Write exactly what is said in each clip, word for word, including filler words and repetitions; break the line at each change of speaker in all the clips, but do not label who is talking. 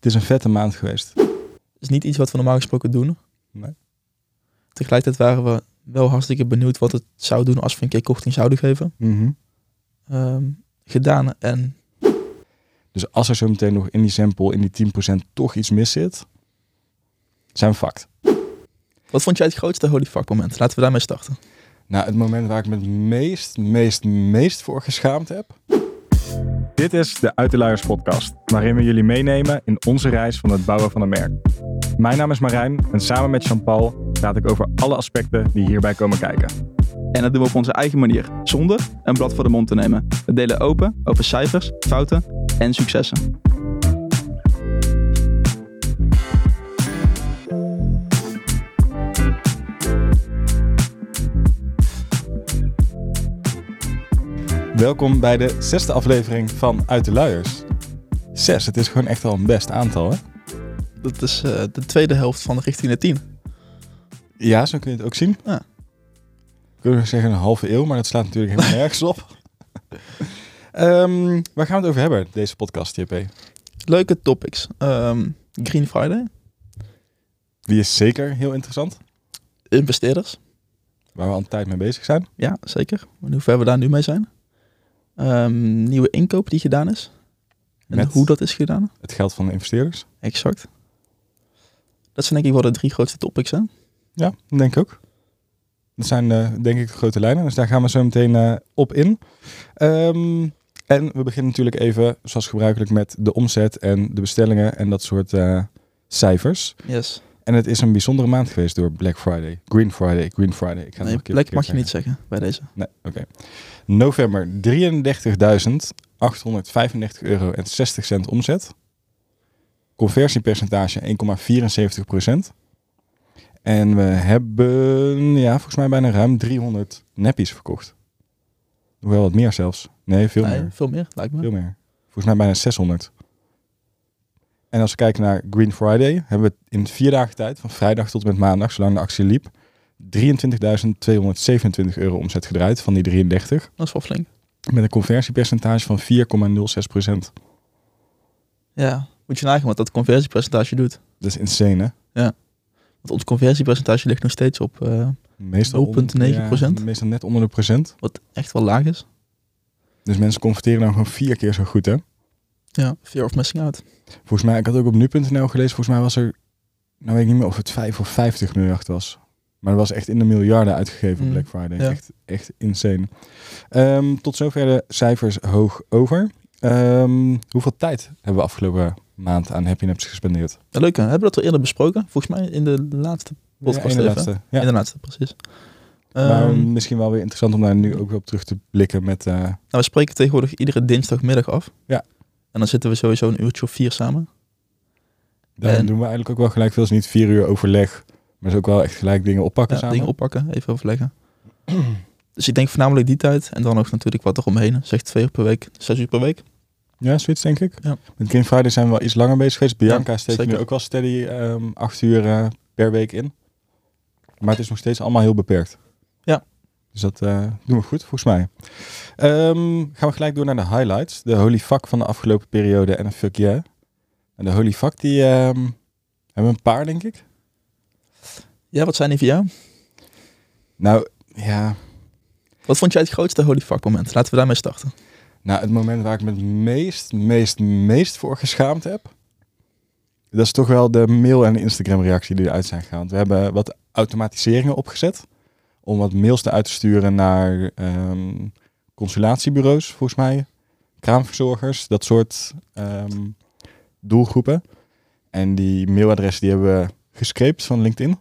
Het is een vette maand geweest.
Het is niet iets wat we normaal gesproken doen.
Nee.
Tegelijkertijd waren we wel hartstikke benieuwd wat het zou doen als we een keer korting zouden geven.
Mm-hmm.
Um, gedaan en...
Dus als er zo meteen nog in die sample, in die tien procent toch iets mis zit, zijn we fucked.
Wat vond jij het grootste holy fuck moment? Laten we daarmee starten.
Nou, het moment waar ik me het meest, meest, meest voor geschaamd heb. Dit is de Uit de Luiers podcast, waarin we jullie meenemen in onze reis van het bouwen van een merk. Mijn naam is Marijn en samen met Jean-Paul praat ik over alle aspecten die hierbij komen kijken.
En dat doen we op onze eigen manier, zonder een blad voor de mond te nemen. We delen open over cijfers, fouten en successen.
Welkom bij de zesde aflevering van Uit de Luiers. Zes, het is gewoon echt al een best aantal, hè?
Dat is uh, de tweede helft van richting de tien.
Ja, zo kun je het ook zien.
Ja.
Kunnen we zeggen een halve eeuw, maar dat slaat natuurlijk helemaal nergens op. um, waar gaan we het over hebben, deze podcast, J P?
Leuke topics. Um, Green Friday.
Die is zeker heel interessant.
Investeerders.
Waar we al een tijd mee bezig zijn.
Ja, zeker. En hoe ver we daar nu mee zijn. Um, nieuwe inkoop die gedaan is. En
Met
hoe dat is gedaan.
Het geld van de investeerders.
Exact. Dat zijn denk ik wel de drie grootste topics, hè?
Ja, dat denk ik ook. Dat zijn uh, denk ik de grote lijnen. Dus daar gaan we zo meteen uh, op in. Um, en we beginnen natuurlijk even, zoals gebruikelijk, met de omzet en de bestellingen en dat soort uh, cijfers.
Yes.
En het is een bijzondere maand geweest door Black Friday. Green Friday, Green Friday. Ik ga
nee,
nog een keer
Black mag je
zeggen.
niet zeggen bij deze.
Nee, oké. Okay. November drieëndertigduizend achthonderdvijfendertig euro en zestig cent omzet. Conversiepercentage één komma vierenzeventig procent. En we hebben, ja, volgens mij bijna ruim driehonderd neppies verkocht. Hoewel wat meer zelfs. Nee, veel
nee,
meer.
Veel meer, lijkt me.
Veel meer. Volgens mij bijna zeshonderd. En als we kijken naar Green Friday, hebben we in vier dagen tijd, van vrijdag tot en met maandag, zolang de actie liep, drieëntwintigduizend tweehonderdzevenentwintig euro omzet gedraaid van die drieëndertig.
Dat is wel flink.
Met een conversiepercentage van vier komma nul zes procent.
Ja, moet je nagaan wat dat conversiepercentage doet.
Dat is insane, hè?
Ja. Want ons conversiepercentage ligt nog steeds op uh, nul komma negen procent.
Ja, meestal net onder de procent.
Wat echt wel laag is.
Dus mensen converteren dan gewoon vier keer zo goed, hè?
Ja, fear of missing out.
Volgens mij, ik had ook op nu punt n l gelezen, volgens mij was er, nou weet ik niet meer of het vijf of vijftig miljard was. Maar dat was echt in de miljarden uitgegeven op
Mm,
Black Friday.
ja.
Echt, echt insane. Um, tot zover de cijfers hoog over. Um, hoeveel tijd hebben we afgelopen maand aan Happy Naps gespendeerd?
Ja, leuk, hè? Hebben we dat al eerder besproken? Volgens mij in de laatste podcast.
Ja, in de
even.
laatste. Ja.
In de laatste, precies.
Maar
Um,
misschien wel weer interessant om daar nu ook weer op terug te blikken met... Uh,
nou, we spreken tegenwoordig iedere dinsdagmiddag af.
Ja.
En dan zitten we sowieso een uurtje of vier samen.
daar
En-
doen we eigenlijk ook wel gelijk veel. Het is niet vier uur overleg, maar is ook wel echt gelijk dingen oppakken
Ja,
samen.
dingen oppakken, even overleggen. Dus ik denk voornamelijk die tijd. En dan ook natuurlijk wat eromheen. Zeg twee uur per week, zes uur per week.
Ja, zoiets denk ik.
Ja.
Met Green Friday zijn we wel iets langer bezig geweest. Bianca
Ja,
steekt nu
zeker.
ook wel steady um, acht uur uh, per week in. Maar het is nog steeds allemaal heel beperkt.
Ja.
Dus dat uh, doen we goed, volgens mij. Um, gaan we gelijk door naar de highlights. De holy fuck van de afgelopen periode en een fuck yeah. En de holy fuck die um, hebben we een paar, denk ik.
Ja, wat zijn die voor jou?
Nou, ja...
Wat vond jij het grootste holy fuck moment? Laten we daarmee starten.
Nou, het moment waar ik me het meest, meest, meest voor geschaamd heb, dat is toch wel de mail- en de Instagram-reactie die eruit zijn gegaan. We hebben wat automatiseringen opgezet om wat mails te uit te sturen naar um, consulatiebureaus, volgens mij, kraamverzorgers, dat soort um, doelgroepen. En die mailadressen die hebben we gescraped van LinkedIn.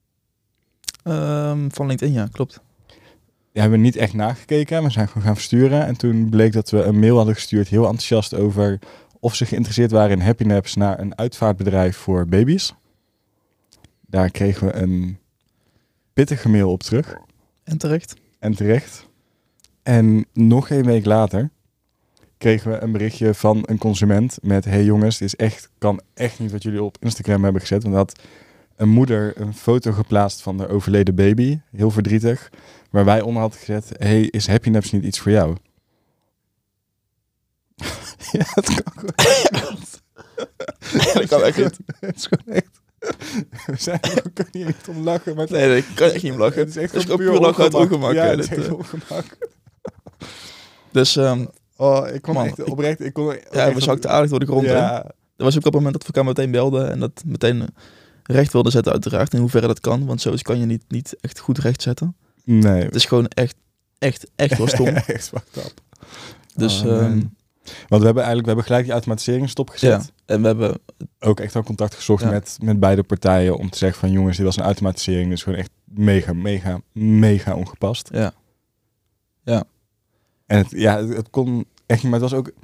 Um, van LinkedIn, ja, klopt.
Die hebben we niet echt nagekeken. We zijn gewoon gaan versturen. En toen bleek dat we een mail hadden gestuurd, heel enthousiast over of ze geïnteresseerd waren in Happy Naps naar een uitvaartbedrijf voor baby's. Daar kregen we een pittige mail op terug.
En terecht.
En terecht. En nog een week later kregen we een berichtje van een consument met: hey jongens, dit is echt, kan echt niet wat jullie op Instagram hebben gezet. Want dat had een moeder een foto geplaatst van de overleden baby. Heel verdrietig. Waar wij onder hadden gezet: hey, is Happy Naps niet iets voor jou? Ja, dat kan goed.
dat kan echt niet.
Het is gewoon echt... We zijn we kunnen hier niet om lachen. Maar het,
Nee, nee, ik kan echt niet om lachen.
het is echt
Het is
gewoon
gewoon puur lachen uit
ongemak.
ongemak.
Ja,
hè,
het is
dit,
echt
eh.
ongemak.
Dus um,
Oh, ik kon
Man,
echt
ik-
oprecht... Ik kon
ja, we zakten aardig door de grond. Hè?
Ja,
Er was ook op het moment dat we elkaar meteen belden en dat meteen eh, recht wilden zetten uiteraard. In hoeverre dat kan, want zo kan je niet, niet echt goed recht zetten.
nee.
Het is gewoon echt, echt, echt wel stom.
echt fucked up.
Dus
Oh, man.
ehm,
Want we hebben eigenlijk we hebben gelijk die automatisering stopgezet.
ja, en we hebben,
Ook echt wel contact gezocht
Ja.
met, met beide partijen om te zeggen van jongens, dit was een automatisering. Dus gewoon echt mega, mega, mega ongepast.
ja,
En het, ja, het, het kon echt niet, maar het was ook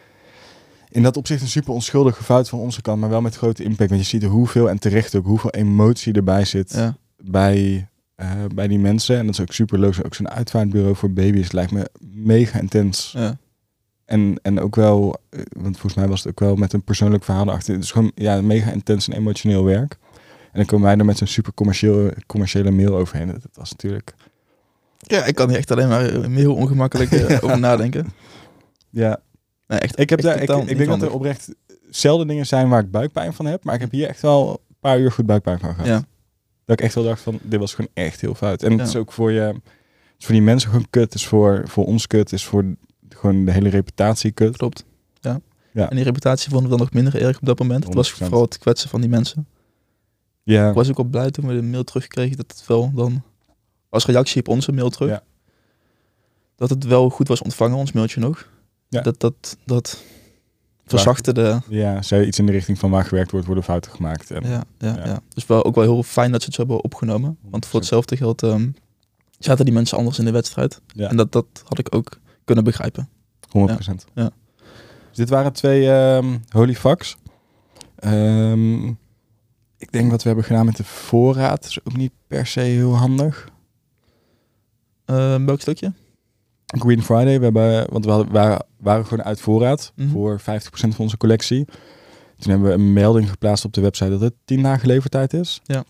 in dat opzicht een super onschuldige fout van onze kant, maar wel met grote impact. Want je ziet hoeveel, en terecht ook, hoeveel emotie erbij zit
ja,
bij, uh, bij die mensen. En dat is ook super leuk. Ook zo'n uitvaartbureau voor baby's lijkt me mega intens.
ja,
En, en ook wel, uh, want volgens mij was het ook wel met een persoonlijk verhaal erachter. Het is gewoon ja, mega intens en emotioneel werk. En dan komen wij er met zo'n super commerciële, commerciële mail overheen. Dat, dat was natuurlijk...
ja, ik kan hier echt alleen maar heel ongemakkelijk uh, over nadenken.
Ja,
Nee, echt,
ik, heb
echt
daar, ik,
totaal
ik
niet
denk dat
handig.
er oprecht zelden dingen zijn waar ik buikpijn van heb. Maar ik heb hier echt wel een paar uur goed buikpijn van gehad.
Ja,
Dat ik echt wel dacht van, dit was gewoon echt heel fout. En het
Ja.
is ook voor je, het is voor die mensen gewoon kut. Het is voor, voor ons kut. Het is voor gewoon de hele reputatie kut.
klopt. Ja.
Ja.
En die reputatie vonden we dan nog minder erg op dat moment. Het was
honderd procent.
vooral het kwetsen van die mensen.
Ja,
Ik was ook wel blij toen we de mail terugkregen dat het wel dan, als reactie op onze mail terug,
Ja.
dat het wel goed was ontvangen, ons mailtje nog.
Ja.
Dat, dat, dat verzachtte de...
ja, zei iets in de richting van waar gewerkt wordt, worden fouten gemaakt. En,
Ja, ja,
Ja.
ja. Dus wel ook wel heel fijn dat ze het zo hebben opgenomen. Want voor hetzelfde geld um, zaten die mensen anders in de wedstrijd.
Ja.
En dat, dat had ik ook kunnen begrijpen.
honderd procent.
Ja.
Dus dit waren twee ehm, holy fucks. Ehm, ik denk wat we hebben gedaan met de voorraad is ook niet per se heel handig.
Uh, welk stukje?
Green Friday, we hebben, want we hadden, waren, waren gewoon uit voorraad
Mhm.
voor vijftig procent van onze collectie. Toen hebben we een melding geplaatst op de website dat het tien dagen levertijd is.
Ja.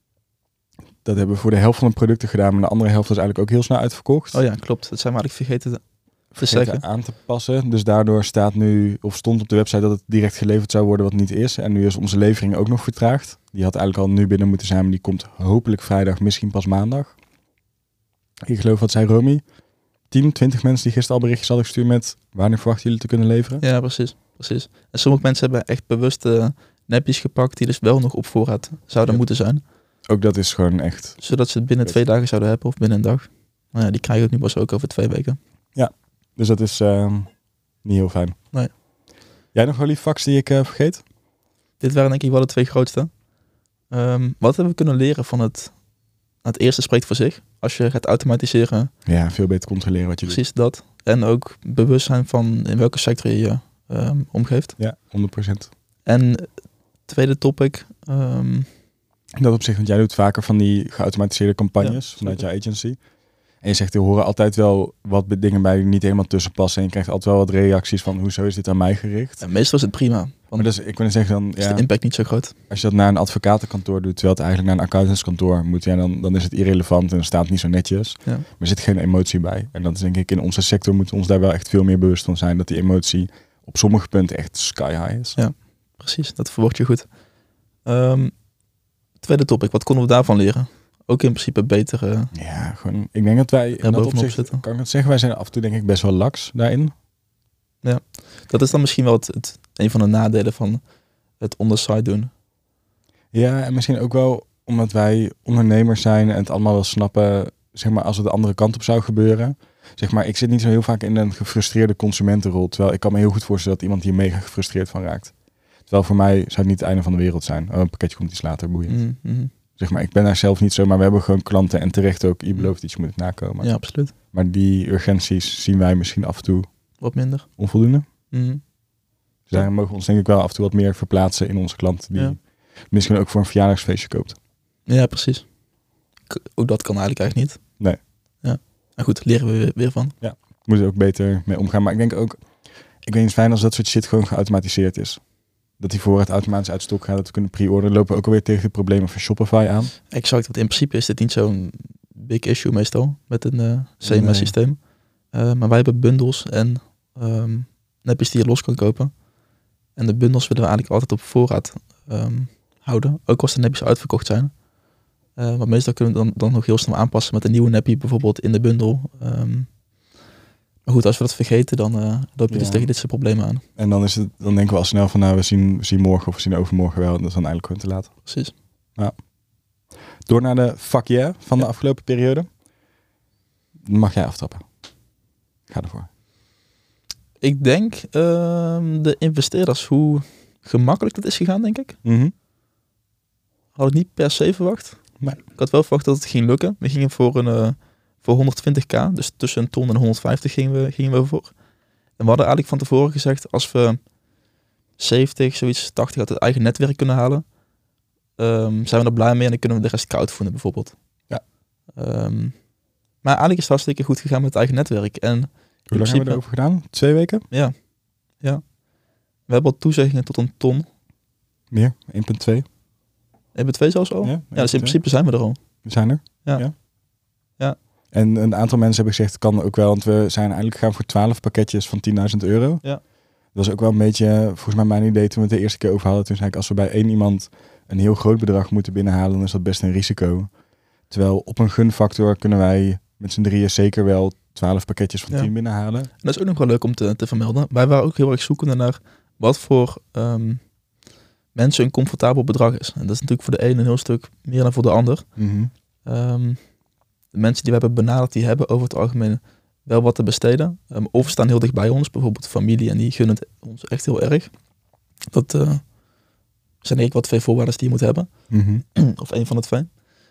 Dat hebben we voor de helft van de producten gedaan, maar de andere helft was eigenlijk ook heel snel uitverkocht.
Oh ja, klopt. Dat zijn we eigenlijk vergeten te, te
Vergeten
zeggen.
aan te passen. Dus daardoor staat nu, of stond op de website dat het direct geleverd zou worden, wat niet is. En nu is onze levering ook nog vertraagd. Die had eigenlijk al nu binnen moeten zijn, maar die komt hopelijk vrijdag, misschien pas maandag. Ik geloof, wat zei Romy? tien, twintig mensen die gisteren al berichtjes hadden gestuurd met wanneer verwachten jullie te kunnen leveren?
Ja, precies. precies. En sommige mensen hebben echt bewust uh, nepjes gepakt die dus wel nog op voorraad zouden
Ja.
moeten zijn.
Ook dat is gewoon echt...
Zodat ze het binnen twee dagen zouden hebben of binnen een dag. Maar ja, die krijgen het nu pas ook over twee weken.
Dus dat is uh, niet heel fijn.
Nee.
Jij nog wel lief fax die ik uh, vergeet?
Dit waren denk ik wel de twee grootste. Um, wat hebben we kunnen leren van het... Het eerste spreekt voor zich. Als je gaat automatiseren,
Ja, veel beter controleren wat je
precies dat. En ook bewust zijn van in welke sector je je um, omgeeft.
doet. Ja, honderd procent.
En tweede topic... Um,
Dat op zich, want jij doet vaker van die geautomatiseerde campagnes
Ja,
vanuit
zeker.
jouw agency. En je zegt, er horen altijd wel wat dingen bij die niet helemaal tussen passen. En je krijgt altijd wel wat reacties van, hoezo is dit aan mij gericht?
en meestal is het prima.
Maar
Want
dus, ik wil zeggen dan,
is
ja,
de impact niet zo groot.
als je dat naar een advocatenkantoor doet, terwijl het eigenlijk naar een accountantskantoor moet, ja, dan, dan is het irrelevant en dan staat het niet zo netjes.
Ja.
Maar er zit geen emotie bij. En dat is denk ik, in onze sector moeten we ons daar wel echt veel meer bewust van zijn, dat die emotie op sommige punten echt sky high is.
Ja. Precies, dat verwoord je goed. Um, tweede topic, wat konden we daarvan leren? Ook in principe beter... Uh,
Ja, gewoon, ik denk dat wij, in dat
bovenop
opzicht,
zitten.
kan ik het zeggen, wij zijn af en toe denk ik best wel laks daarin.
dat is dan misschien wel het, het, een van de nadelen van het on-the-side doen.
Ja, en misschien ook wel omdat wij ondernemers zijn en het allemaal wel snappen, zeg maar, als het de andere kant op zou gebeuren. Zeg maar, ik zit niet zo heel vaak in een gefrustreerde consumentenrol, terwijl ik kan me heel goed voorstellen dat iemand hier mega gefrustreerd van raakt. Terwijl voor mij zou het niet het einde van de wereld zijn. Oh, een pakketje komt iets later, boeiend.
Mm, mm.
Zeg maar, ik ben daar zelf niet zo, maar we hebben gewoon klanten en terecht ook, je belooft iets, je moet het nakomen.
Ja, absoluut.
Maar die urgenties zien wij misschien af en toe
Wat minder.
onvoldoende.
Mm.
Dus daarin mogen we ons denk ik wel af en toe wat meer verplaatsen in onze klant die
Ja.
misschien ook voor een verjaardagsfeestje koopt.
Ja, precies. K- ook dat kan eigenlijk eigenlijk niet.
Nee.
Ja. Maar goed, leren we weer, weer van.
Moet er ook beter mee omgaan. Maar ik denk ook, ik weet niet fijn als dat soort shit gewoon geautomatiseerd is. Dat die voorraad automatisch uit stok gaat, dat we kunnen pre-orderen. Lopen we ook alweer tegen de problemen van Shopify aan.
Exact, want in principe is dit niet zo'n big issue meestal met een uh, C M S-systeem. Uh, maar wij hebben bundels en um, nepjes die je los kan kopen. En de bundels willen we eigenlijk altijd op voorraad um, houden. Ook als de nappies uitverkocht zijn. Uh, maar meestal kunnen we dan, dan nog heel snel aanpassen met een nieuwe nappie bijvoorbeeld in de bundel. Um, maar goed, als we dat vergeten, dan uh, loop je ja. dus tegen dit soort problemen aan.
En dan, is het, dan denken we al snel van, nou, we zien, we zien morgen of we zien overmorgen wel. En dat is dan eigenlijk gewoon te laat.
Precies.
Ja. Door naar de fuck yeah van ja. de afgelopen periode. Mag jij aftrappen? Ga ervoor.
Ik denk uh, de investeerders, hoe gemakkelijk dat is gegaan, denk ik.
Mm-hmm.
Had ik niet per se verwacht.
Nee.
Ik had wel verwacht dat het ging lukken. We gingen voor een uh, voor honderdtwintig k, dus tussen een ton en honderdvijftig gingen we, gingen we voor. En we hadden eigenlijk van tevoren gezegd, als we zeventig, zoiets, tachtig uit het eigen netwerk kunnen halen, um, zijn we er blij mee en dan kunnen we de rest crowdfunden bijvoorbeeld.
Ja.
Um, maar eigenlijk is het hartstikke goed gegaan met het eigen netwerk. En
hoe lang hebben we erover gedaan? Twee weken?
Ja. ja. We hebben al toezeggingen tot een ton.
Meer? één komma twee?
één komma twee zelfs al?
Ja,
ja, dus in principe zijn we er al.
We zijn er?
Ja.
ja.
ja.
En een aantal mensen hebben gezegd, het kan ook wel, want we zijn eigenlijk gegaan voor twaalf pakketjes van tienduizend euro.
Ja.
Dat was ook wel een beetje, volgens mij mijn idee toen we het de eerste keer over hadden. Toen zei ik, als we bij één iemand een heel groot bedrag moeten binnenhalen, dan is dat best een risico. Terwijl op een gunfactor kunnen wij met z'n drieën zeker wel twaalf pakketjes van ja. tien binnenhalen. En
dat is ook nog wel leuk om te, te vermelden. Wij waren ook heel erg zoekende naar wat voor um, mensen een comfortabel bedrag is. En dat is natuurlijk voor de ene een heel stuk meer dan voor de ander.
Mm-hmm.
Um, de mensen die we hebben benaderd, die hebben over het algemeen wel wat te besteden. Um, of staan heel dicht bij ons, bijvoorbeeld familie, en die gunnen het ons echt heel erg. Dat uh, zijn eigenlijk wat twee voorwaarden die je moet hebben.
Mm-hmm.
Of één van de twee.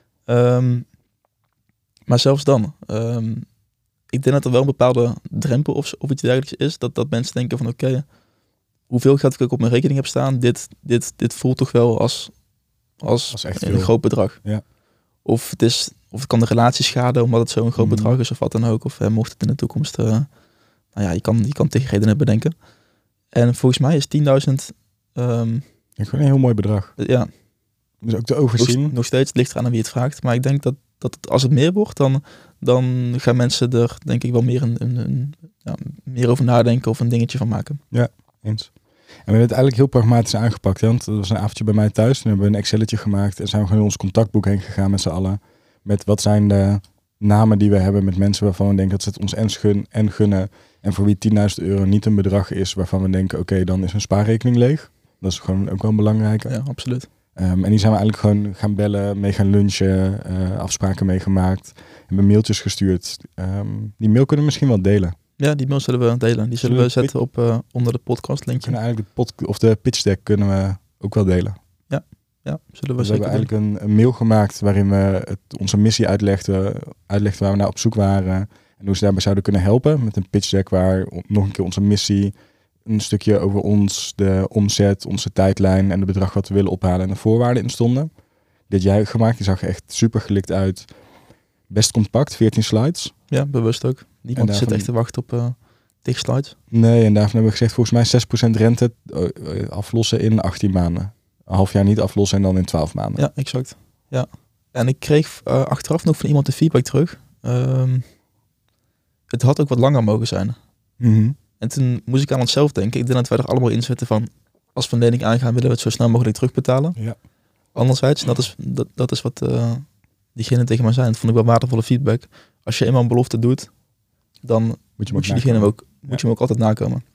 Um, maar zelfs dan, um, ik denk dat er wel een bepaalde drempel of, of iets dergelijks is. Dat, dat mensen denken van oké, okay, hoeveel geld ik op mijn rekening heb staan, dit, dit, dit voelt toch wel als, als, als echt een veel. groot bedrag.
Ja.
Of, het is, of het kan de relatie schaden omdat het zo'n groot mm. bedrag is of wat dan ook. Of eh, mocht het in de toekomst, uh, nou ja, je kan, je kan tegen redenen bedenken. En volgens mij is tienduizend... Um,
ja, gewoon een heel mooi bedrag.
Ja.
Dus ook te overzien.
Nog, nog steeds, het ligt eraan aan wie het vraagt. Maar ik denk dat, dat het, als het meer wordt, dan, dan gaan mensen er denk ik wel meer, een, een, een, ja, meer over nadenken of een dingetje van maken.
Ja, eens. En we hebben het eigenlijk heel pragmatisch aangepakt. Hè? Want dat was een avondje bij mij thuis. Toen hebben we een Excelletje gemaakt. En zijn we gewoon in ons contactboek heen gegaan met z'n allen. Met wat zijn de namen die we hebben met mensen waarvan we denken dat ze het ons en, gun, en gunnen. En voor wie tienduizend euro niet een bedrag is waarvan we denken, oké, okay, dan is een spaarrekening leeg. Dat is gewoon ook wel een belangrijke.
Ja, absoluut.
Um, en die zijn we eigenlijk gewoon gaan bellen, mee gaan lunchen, uh, afspraken meegemaakt. Hebben mailtjes gestuurd. Um, die mail kunnen we misschien wel delen.
Ja, die mail zullen we delen. Die zullen, zullen we zetten op uh, onder de podcast linkje.
En eigenlijk de, pod- of de pitch deck kunnen we ook wel delen.
Ja, ja zullen we
dus
zeker
We hebben eigenlijk een, een mail gemaakt waarin we het, onze missie uitlegden, uitlegden waar we naar op zoek waren. En hoe ze daarbij zouden kunnen helpen. Met een pitch deck waar nog een keer onze missie, een stukje over ons, de omzet, onze tijdlijn en de bedrag wat we willen ophalen en de voorwaarden in stonden. Dit jij gemaakt, die zag er echt super gelikt uit. Best compact, veertien slides.
Ja, bewust ook. Niemand daarvan zit echt te wachten op uh, tig slides.
Nee, en daarvan hebben we gezegd volgens mij zes procent rente uh, aflossen in achttien maanden. Een half jaar niet aflossen en dan in twaalf maanden.
Ja, exact. Ja. En ik kreeg uh, achteraf nog van iemand de feedback terug. Um, het had ook wat langer mogen zijn.
Mm-hmm.
En toen moest ik aan onszelf denken. Ik denk dat wij er allemaal in zitten van, als we een lening aangaan, willen we het zo snel mogelijk terugbetalen.
Ja.
Anderzijds, dat is, dat, dat is wat uh, diegene tegen mij zei. Dat vond ik wel waardevolle feedback. Als je eenmaal een belofte doet, dan moet je, moet je diegene ook, moet ja. je hem ook altijd nakomen.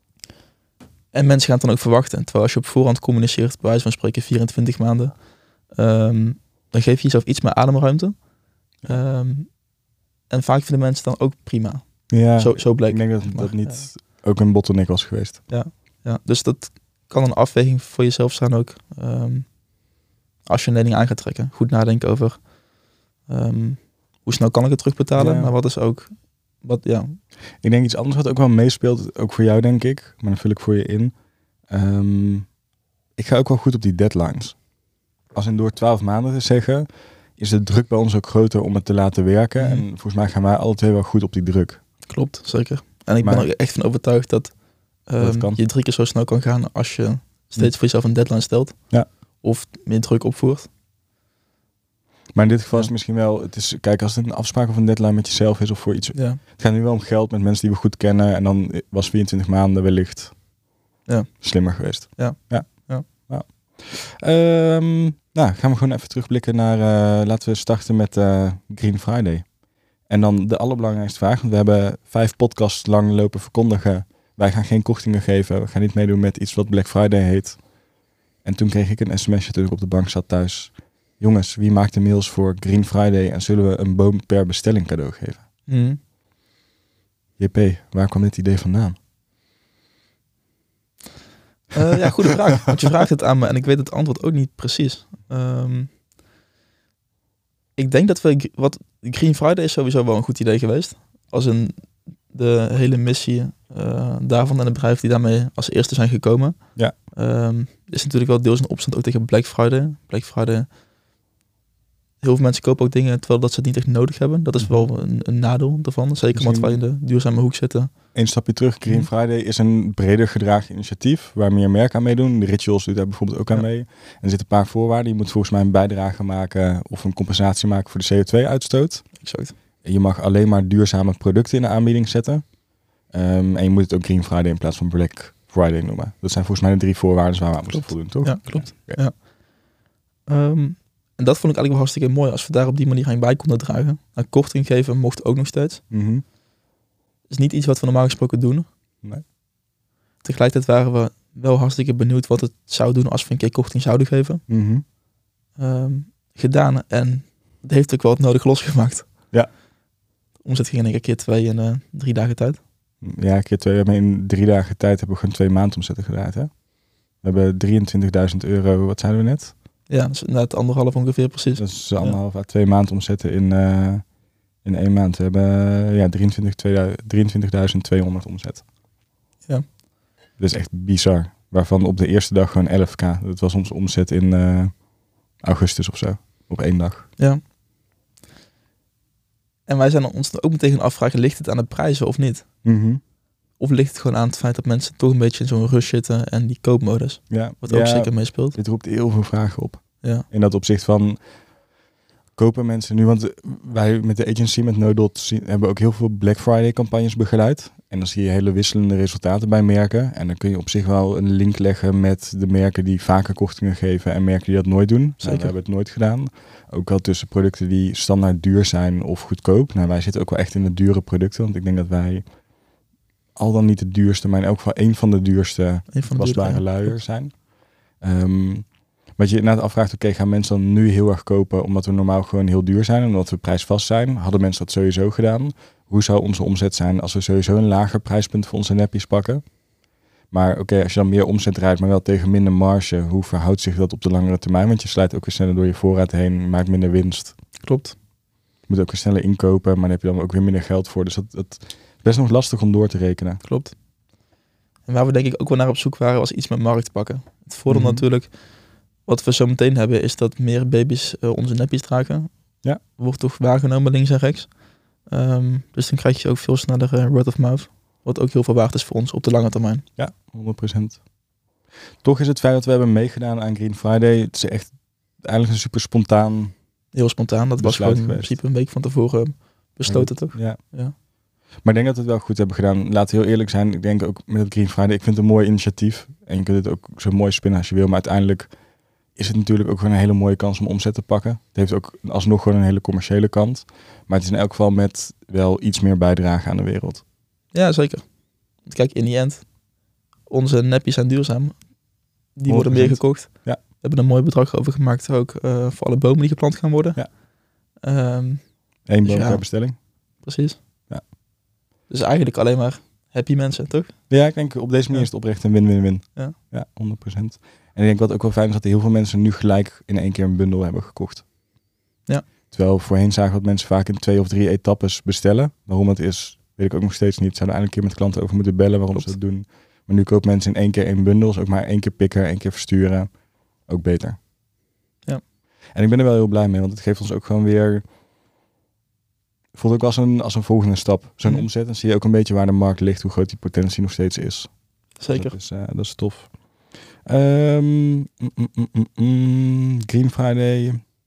En mensen gaan het dan ook verwachten. Terwijl als je op voorhand communiceert, bij wijze van spreken vierentwintig maanden, um, dan geef je jezelf iets meer ademruimte. Um, en vaak vinden mensen dan ook prima.
Ja,
zo, zo bleek.
Ik denk dat dat maar, niet ja. ook een bottleneck was geweest.
Ja, ja, dus dat kan een afweging voor jezelf zijn ook. Um, als je een lening aan gaat trekken. Goed nadenken over um, hoe snel kan ik het terugbetalen. Ja. Maar wat is ook... Wat, ja.
Ik denk iets anders wat ook wel meespeelt. Ook voor jou denk ik. Maar dan vul ik voor je in. Um, ik ga ook wel goed op die deadlines. Als in door twaalf maanden te zeggen, is de druk bij ons ook groter om het te laten werken. Mm. En volgens mij gaan wij alle twee wel goed op die druk.
Klopt, zeker. En ik maar, ben er echt van overtuigd dat, um,
dat
je drie keer zo snel kan gaan als je steeds voor jezelf een deadline stelt.
Ja.
Of meer druk opvoert.
Maar in dit geval is het misschien wel, het is, kijk, als het een afspraak of een deadline met jezelf is of voor iets.
Ja.
Het gaat nu wel om geld met mensen die we goed kennen. En dan was vierentwintig maanden wellicht
Ja.
Slimmer geweest.
Ja.
Ja.
ja.
ja. Um, nou, gaan we gewoon even terugblikken naar... Uh, laten we starten met uh, Green Friday. En dan de allerbelangrijkste vraag. Want we hebben vijf podcasts lang lopen verkondigen. Wij gaan geen kortingen geven. We gaan niet meedoen met iets wat Black Friday heet. En toen kreeg ik een sms'je toen ik op de bank zat thuis. Jongens, wie maakt de mails voor Green Friday en zullen we een boom per bestelling cadeau geven?
Mm.
J P, waar kwam dit idee vandaan?
Uh, ja, goede vraag. Want je vraagt het aan me en ik weet het antwoord ook niet precies. Um, ik denk dat we... Wat, Green Friday is sowieso wel een goed idee geweest. Als een de hele missie uh, daarvan en de bedrijven die daarmee als eerste zijn gekomen.
Ja.
Um, is natuurlijk wel deels een opstand ook tegen Black Friday. Black Friday... Heel veel mensen kopen ook dingen terwijl dat ze het niet echt nodig hebben. Dat is wel een, een nadeel ervan. Zeker omdat wij in de duurzame hoek zitten.
Een stapje terug. Green Friday is een breder gedragen initiatief waar meer merken aan meedoen. De Rituals doet daar bijvoorbeeld ook aan ja. mee. En er zitten een paar voorwaarden. Je moet volgens mij een bijdrage maken of een compensatie maken voor de C O twee uitstoot.
Exact.
Je mag alleen maar duurzame producten in de aanbieding zetten. Um, en je moet het ook Green Friday in plaats van Black Friday noemen. Dat zijn volgens mij de drie voorwaarden waar we aan moeten voldoen, toch?
Ja, klopt. Ja. Ja. Um, En dat vond ik eigenlijk wel hartstikke mooi als we daar op die manier aan bij konden dragen. Nou, korting geven mocht ook nog steeds.
Mm-hmm.
Dat is niet iets wat we normaal gesproken doen.
Nee.
Tegelijkertijd waren we wel hartstikke benieuwd wat het zou doen als we een keer korting zouden geven.
Mm-hmm.
Um, gedaan en het heeft ook wel het nodig losgemaakt.
Ja.
Omzet ging in één keer twee in uh, drie dagen tijd.
Ja, keer twee. We hebben in drie dagen tijd hebben we gewoon twee maanden omzetten gedraaid. Hè? We hebben drieëntwintigduizend euro, wat zeiden we net?
Ja, dat is net anderhalf ongeveer precies.
Dat is anderhalf à twee maanden omzetten in, uh, in één maand. We hebben uh, ja, drieëntwintigduizend tweehonderd omzet.
Ja.
Dat is echt bizar. Waarvan op de eerste dag gewoon elf k. Dat was onze omzet in uh, augustus of zo. Op één dag.
Ja. En wij zijn ons ook meteen gaan afvragen, ligt het aan de prijzen of niet?
Mm-hmm.
Of ligt het gewoon aan het feit dat mensen toch een beetje in zo'n rush zitten en die koopmodus,
ja,
wat
ja,
ook zeker meespeelt.
Dit roept heel veel vragen op.
Ja.
In dat opzicht van, kopen mensen nu, want wij met de agency, met NoDot, hebben ook heel veel Black Friday campagnes begeleid. En dan zie je hele wisselende resultaten bij merken. En dan kun je op zich wel een link leggen met de merken die vaker kortingen geven en merken die dat nooit doen. Nou, we hebben het nooit gedaan. Ook wel tussen producten die standaard duur zijn of goedkoop. Nou, wij zitten ook wel echt in de dure producten, want ik denk dat wij al dan niet de duurste, maar in elk geval één van de duurste wasbare luier zijn. Um, wat je inderdaad afvraagt, oké, okay, gaan mensen dan nu heel erg kopen omdat we normaal gewoon heel duur zijn, omdat we prijsvast zijn? Hadden mensen dat sowieso gedaan? Hoe zou onze omzet zijn als we sowieso een lager prijspunt voor onze neppies pakken? Maar oké, okay, als je dan meer omzet draait, maar wel tegen minder marge, hoe verhoudt zich dat op de langere termijn? Want je slijt ook weer sneller door je voorraad heen, je maakt minder winst.
Klopt.
Je moet ook weer sneller inkopen, maar daar heb je dan ook weer minder geld voor. Dus dat, dat is best nog lastig om door te rekenen.
Klopt. En waar we denk ik ook wel naar op zoek waren, was iets met markt pakken. Het voordeel mm-hmm. natuurlijk, wat we zo meteen hebben, is dat meer baby's uh, onze neppies dragen.
Ja.
Wordt toch waargenomen links en rechts. Um, dus dan krijg je ook veel sneller uh, word of mouth. Wat ook heel veel waard is voor ons op de lange termijn.
Ja, honderd procent. Toch is het feit dat we hebben meegedaan aan Green Friday, het is echt eigenlijk een super spontaan
Heel spontaan. Dat was gewoon
geweest.
In principe een week van tevoren besloten,
ja,
toch?
Ja.
ja.
Maar ik denk dat we het wel goed hebben gedaan. Laten we heel eerlijk zijn. Ik denk ook met het Green Friday, ik vind het een mooi initiatief. En je kunt het ook zo mooi spinnen als je wil. Maar uiteindelijk is het natuurlijk ook gewoon een hele mooie kans om omzet te pakken. Het heeft ook alsnog gewoon een hele commerciële kant. Maar het is in elk geval met wel iets meer bijdrage aan de wereld.
Ja, zeker. Want kijk, in die end, onze neppies zijn duurzaam. Die
honderd procent
worden meer gekocht.
Ja.
We hebben een mooi bedrag over gemaakt ook uh, voor alle bomen die geplant gaan worden.
Ja.
Um,
Eén
dus
boom
ja,
per bestelling.
Precies.
Ja.
Dus eigenlijk alleen maar happy mensen, toch?
Ja, ik denk op deze manier ja. is het oprecht een win-win-win.
Ja.
Ja, honderd procent. En ik denk wat ook wel fijn is dat heel veel mensen nu gelijk in één keer een bundel hebben gekocht.
Ja.
Terwijl voorheen zagen we dat mensen vaak in twee of drie etappes bestellen. Waarom het is, weet ik ook nog steeds niet. Zouden eigenlijk een keer met klanten over moeten bellen waarom Klopt. Ze dat doen. Maar nu kopen mensen in één keer één bundel. Dus ook maar één keer pikken, één keer versturen. Ook beter.
Ja.
En ik ben er wel heel blij mee, want het geeft ons ook gewoon weer... voelt ook als een, als een volgende stap. Zo'n mm. omzet. Dan zie je ook een beetje waar de markt ligt, hoe groot die potentie nog steeds is.
Zeker.
Dus dat is, uh, dat is tof. Um, mm, mm, mm, mm, Green Friday.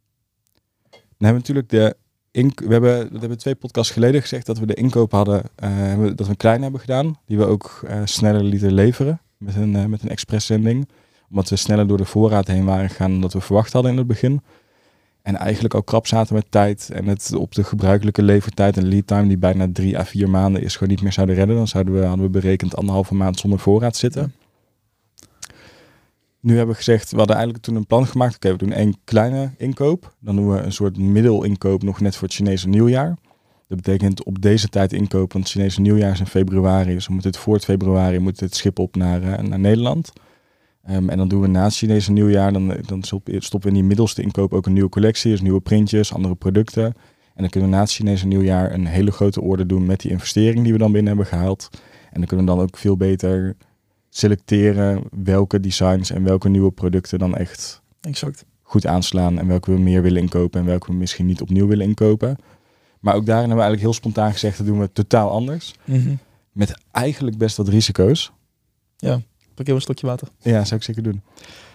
Dan hebben we natuurlijk de... Ink- we, hebben, we hebben twee podcasts geleden gezegd dat we de inkoop hadden, uh, dat we een klein hebben gedaan. Die we ook uh, sneller lieten leveren. met een, uh, met een expresszending. Omdat we sneller door de voorraad heen waren gegaan dan dat we verwacht hadden in het begin. En eigenlijk al krap zaten met tijd. En het op de gebruikelijke levertijd en lead time die bijna drie à vier maanden is, gewoon niet meer zouden redden. Dan zouden we, hadden we berekend anderhalve maand zonder voorraad zitten. Ja. Nu hebben we gezegd, we hadden eigenlijk toen een plan gemaakt. Oké, okay, we doen één kleine inkoop. Dan doen we een soort middelinkoop nog net voor het Chinese nieuwjaar. Dat betekent op deze tijd inkopen, want het Chinese nieuwjaar is in februari. Dus we moeten het voor het februari moet het schip op naar, uh, naar Nederland. Um, en dan doen we na het Chinese nieuwjaar, dan, dan stoppen we in die middelste inkoop ook een nieuwe collectie. Dus nieuwe printjes, andere producten. En dan kunnen we na het Chinese nieuwjaar een hele grote order doen met die investering die we dan binnen hebben gehaald. En dan kunnen we dan ook veel beter selecteren welke designs en welke nieuwe producten dan echt
exact
goed aanslaan. En welke we meer willen inkopen en welke we misschien niet opnieuw willen inkopen. Maar ook daarin hebben we eigenlijk heel spontaan gezegd, dat doen we totaal anders.
Mm-hmm.
Met eigenlijk best wat risico's.
Ja, pak even een slokje water.
Ja, zou ik zeker doen.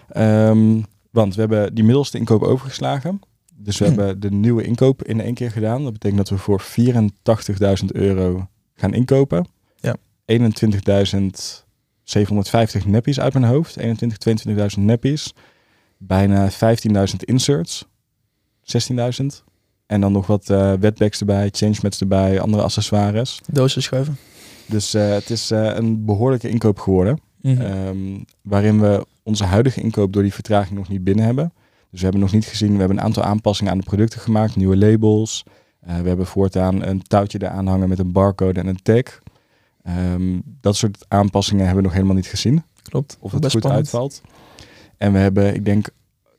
Um, want we hebben die middelste inkoop overgeslagen. Dus we mm. hebben de nieuwe inkoop in één keer gedaan. Dat betekent dat we voor vierentachtigduizend euro gaan inkopen.
Ja.
eenentwintigduizend zevenhonderdvijftig neppies uit mijn hoofd. eenentwintig, tweeëntwintigduizend neppies. Bijna vijftienduizend inserts. zestienduizend. En dan nog wat uh, wetbags erbij, changemats erbij, andere accessoires.
Dozen schuiven.
Dus uh, het is uh, een behoorlijke inkoop geworden.
Mm-hmm.
Um, waarin we onze huidige inkoop door die vertraging nog niet binnen hebben. Dus we hebben nog niet gezien, we hebben een aantal aanpassingen aan de producten gemaakt. Nieuwe labels. Uh, we hebben voortaan een touwtje eraan hangen met een barcode en een tag. Um, dat soort aanpassingen hebben we nog helemaal niet gezien.
Klopt.
Of het goed spannend. Uitvalt. En we hebben, ik denk,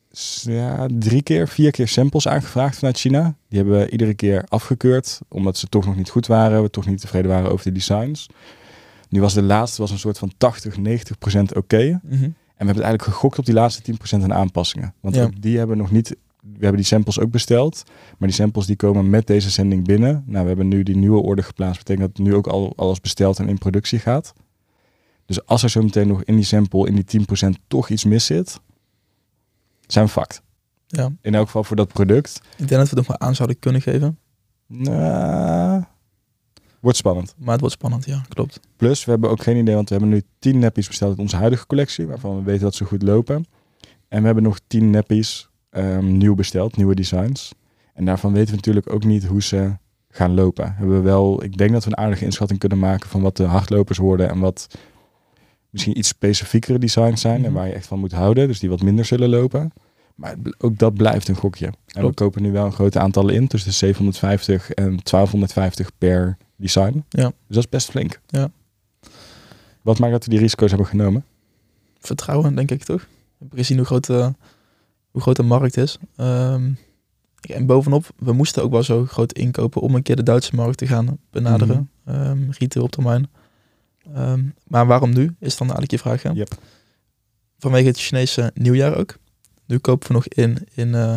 ja, drie keer, vier keer samples aangevraagd vanuit China. Die hebben we iedere keer afgekeurd, omdat ze toch nog niet goed waren. We toch niet tevreden waren over de designs. Nu was de laatste was een soort van tachtig, negentig procent oké. Okay.
Mm-hmm.
En we hebben het eigenlijk gegokt op die laatste tien procent aan aanpassingen. Want ja. die hebben nog niet... We hebben die samples ook besteld. Maar die samples die komen met deze zending binnen. Nou, we hebben nu die nieuwe order geplaatst. Dat betekent dat het nu ook al alles besteld en in productie gaat. Dus als er zo meteen nog in die sample, in die tien procent toch iets mis zit, zijn we fucked.
Ja.
In elk geval voor dat product.
Ik denk dat we het nog maar aan zouden kunnen geven.
Nou, wordt spannend.
Maar het wordt spannend, ja, klopt.
Plus, we hebben ook geen idee, want we hebben nu tien nappies besteld uit onze huidige collectie, waarvan we weten dat ze goed lopen. En we hebben nog tien nappies um, nieuw besteld, nieuwe designs. En daarvan weten we natuurlijk ook niet hoe ze gaan lopen. Hebben we wel, ik denk dat we een aardige inschatting kunnen maken van wat de hardlopers worden en wat misschien iets specifiekere designs zijn, mm-hmm. en waar je echt van moet houden, dus die wat minder zullen lopen. Maar ook dat blijft een gokje. En
Klopt.
we kopen nu wel een grote aantallen in, tussen de zevenhonderdvijftig en twaalfhonderdvijftig per design.
Ja.
Dus dat is best flink.
Ja.
Wat maakt dat we die risico's hebben genomen?
Vertrouwen, denk ik toch. We hebben gezien hoe groot, uh, hoe groot de markt is. Um, en bovenop, we moesten ook wel zo groot inkopen om een keer de Duitse markt te gaan benaderen. Mm-hmm. Um, retail op termijn. Um, maar waarom nu, is dan eigenlijk je vraag. Hè?
Yep.
Vanwege het Chinese nieuwjaar ook. Nu kopen we nog in, in, uh,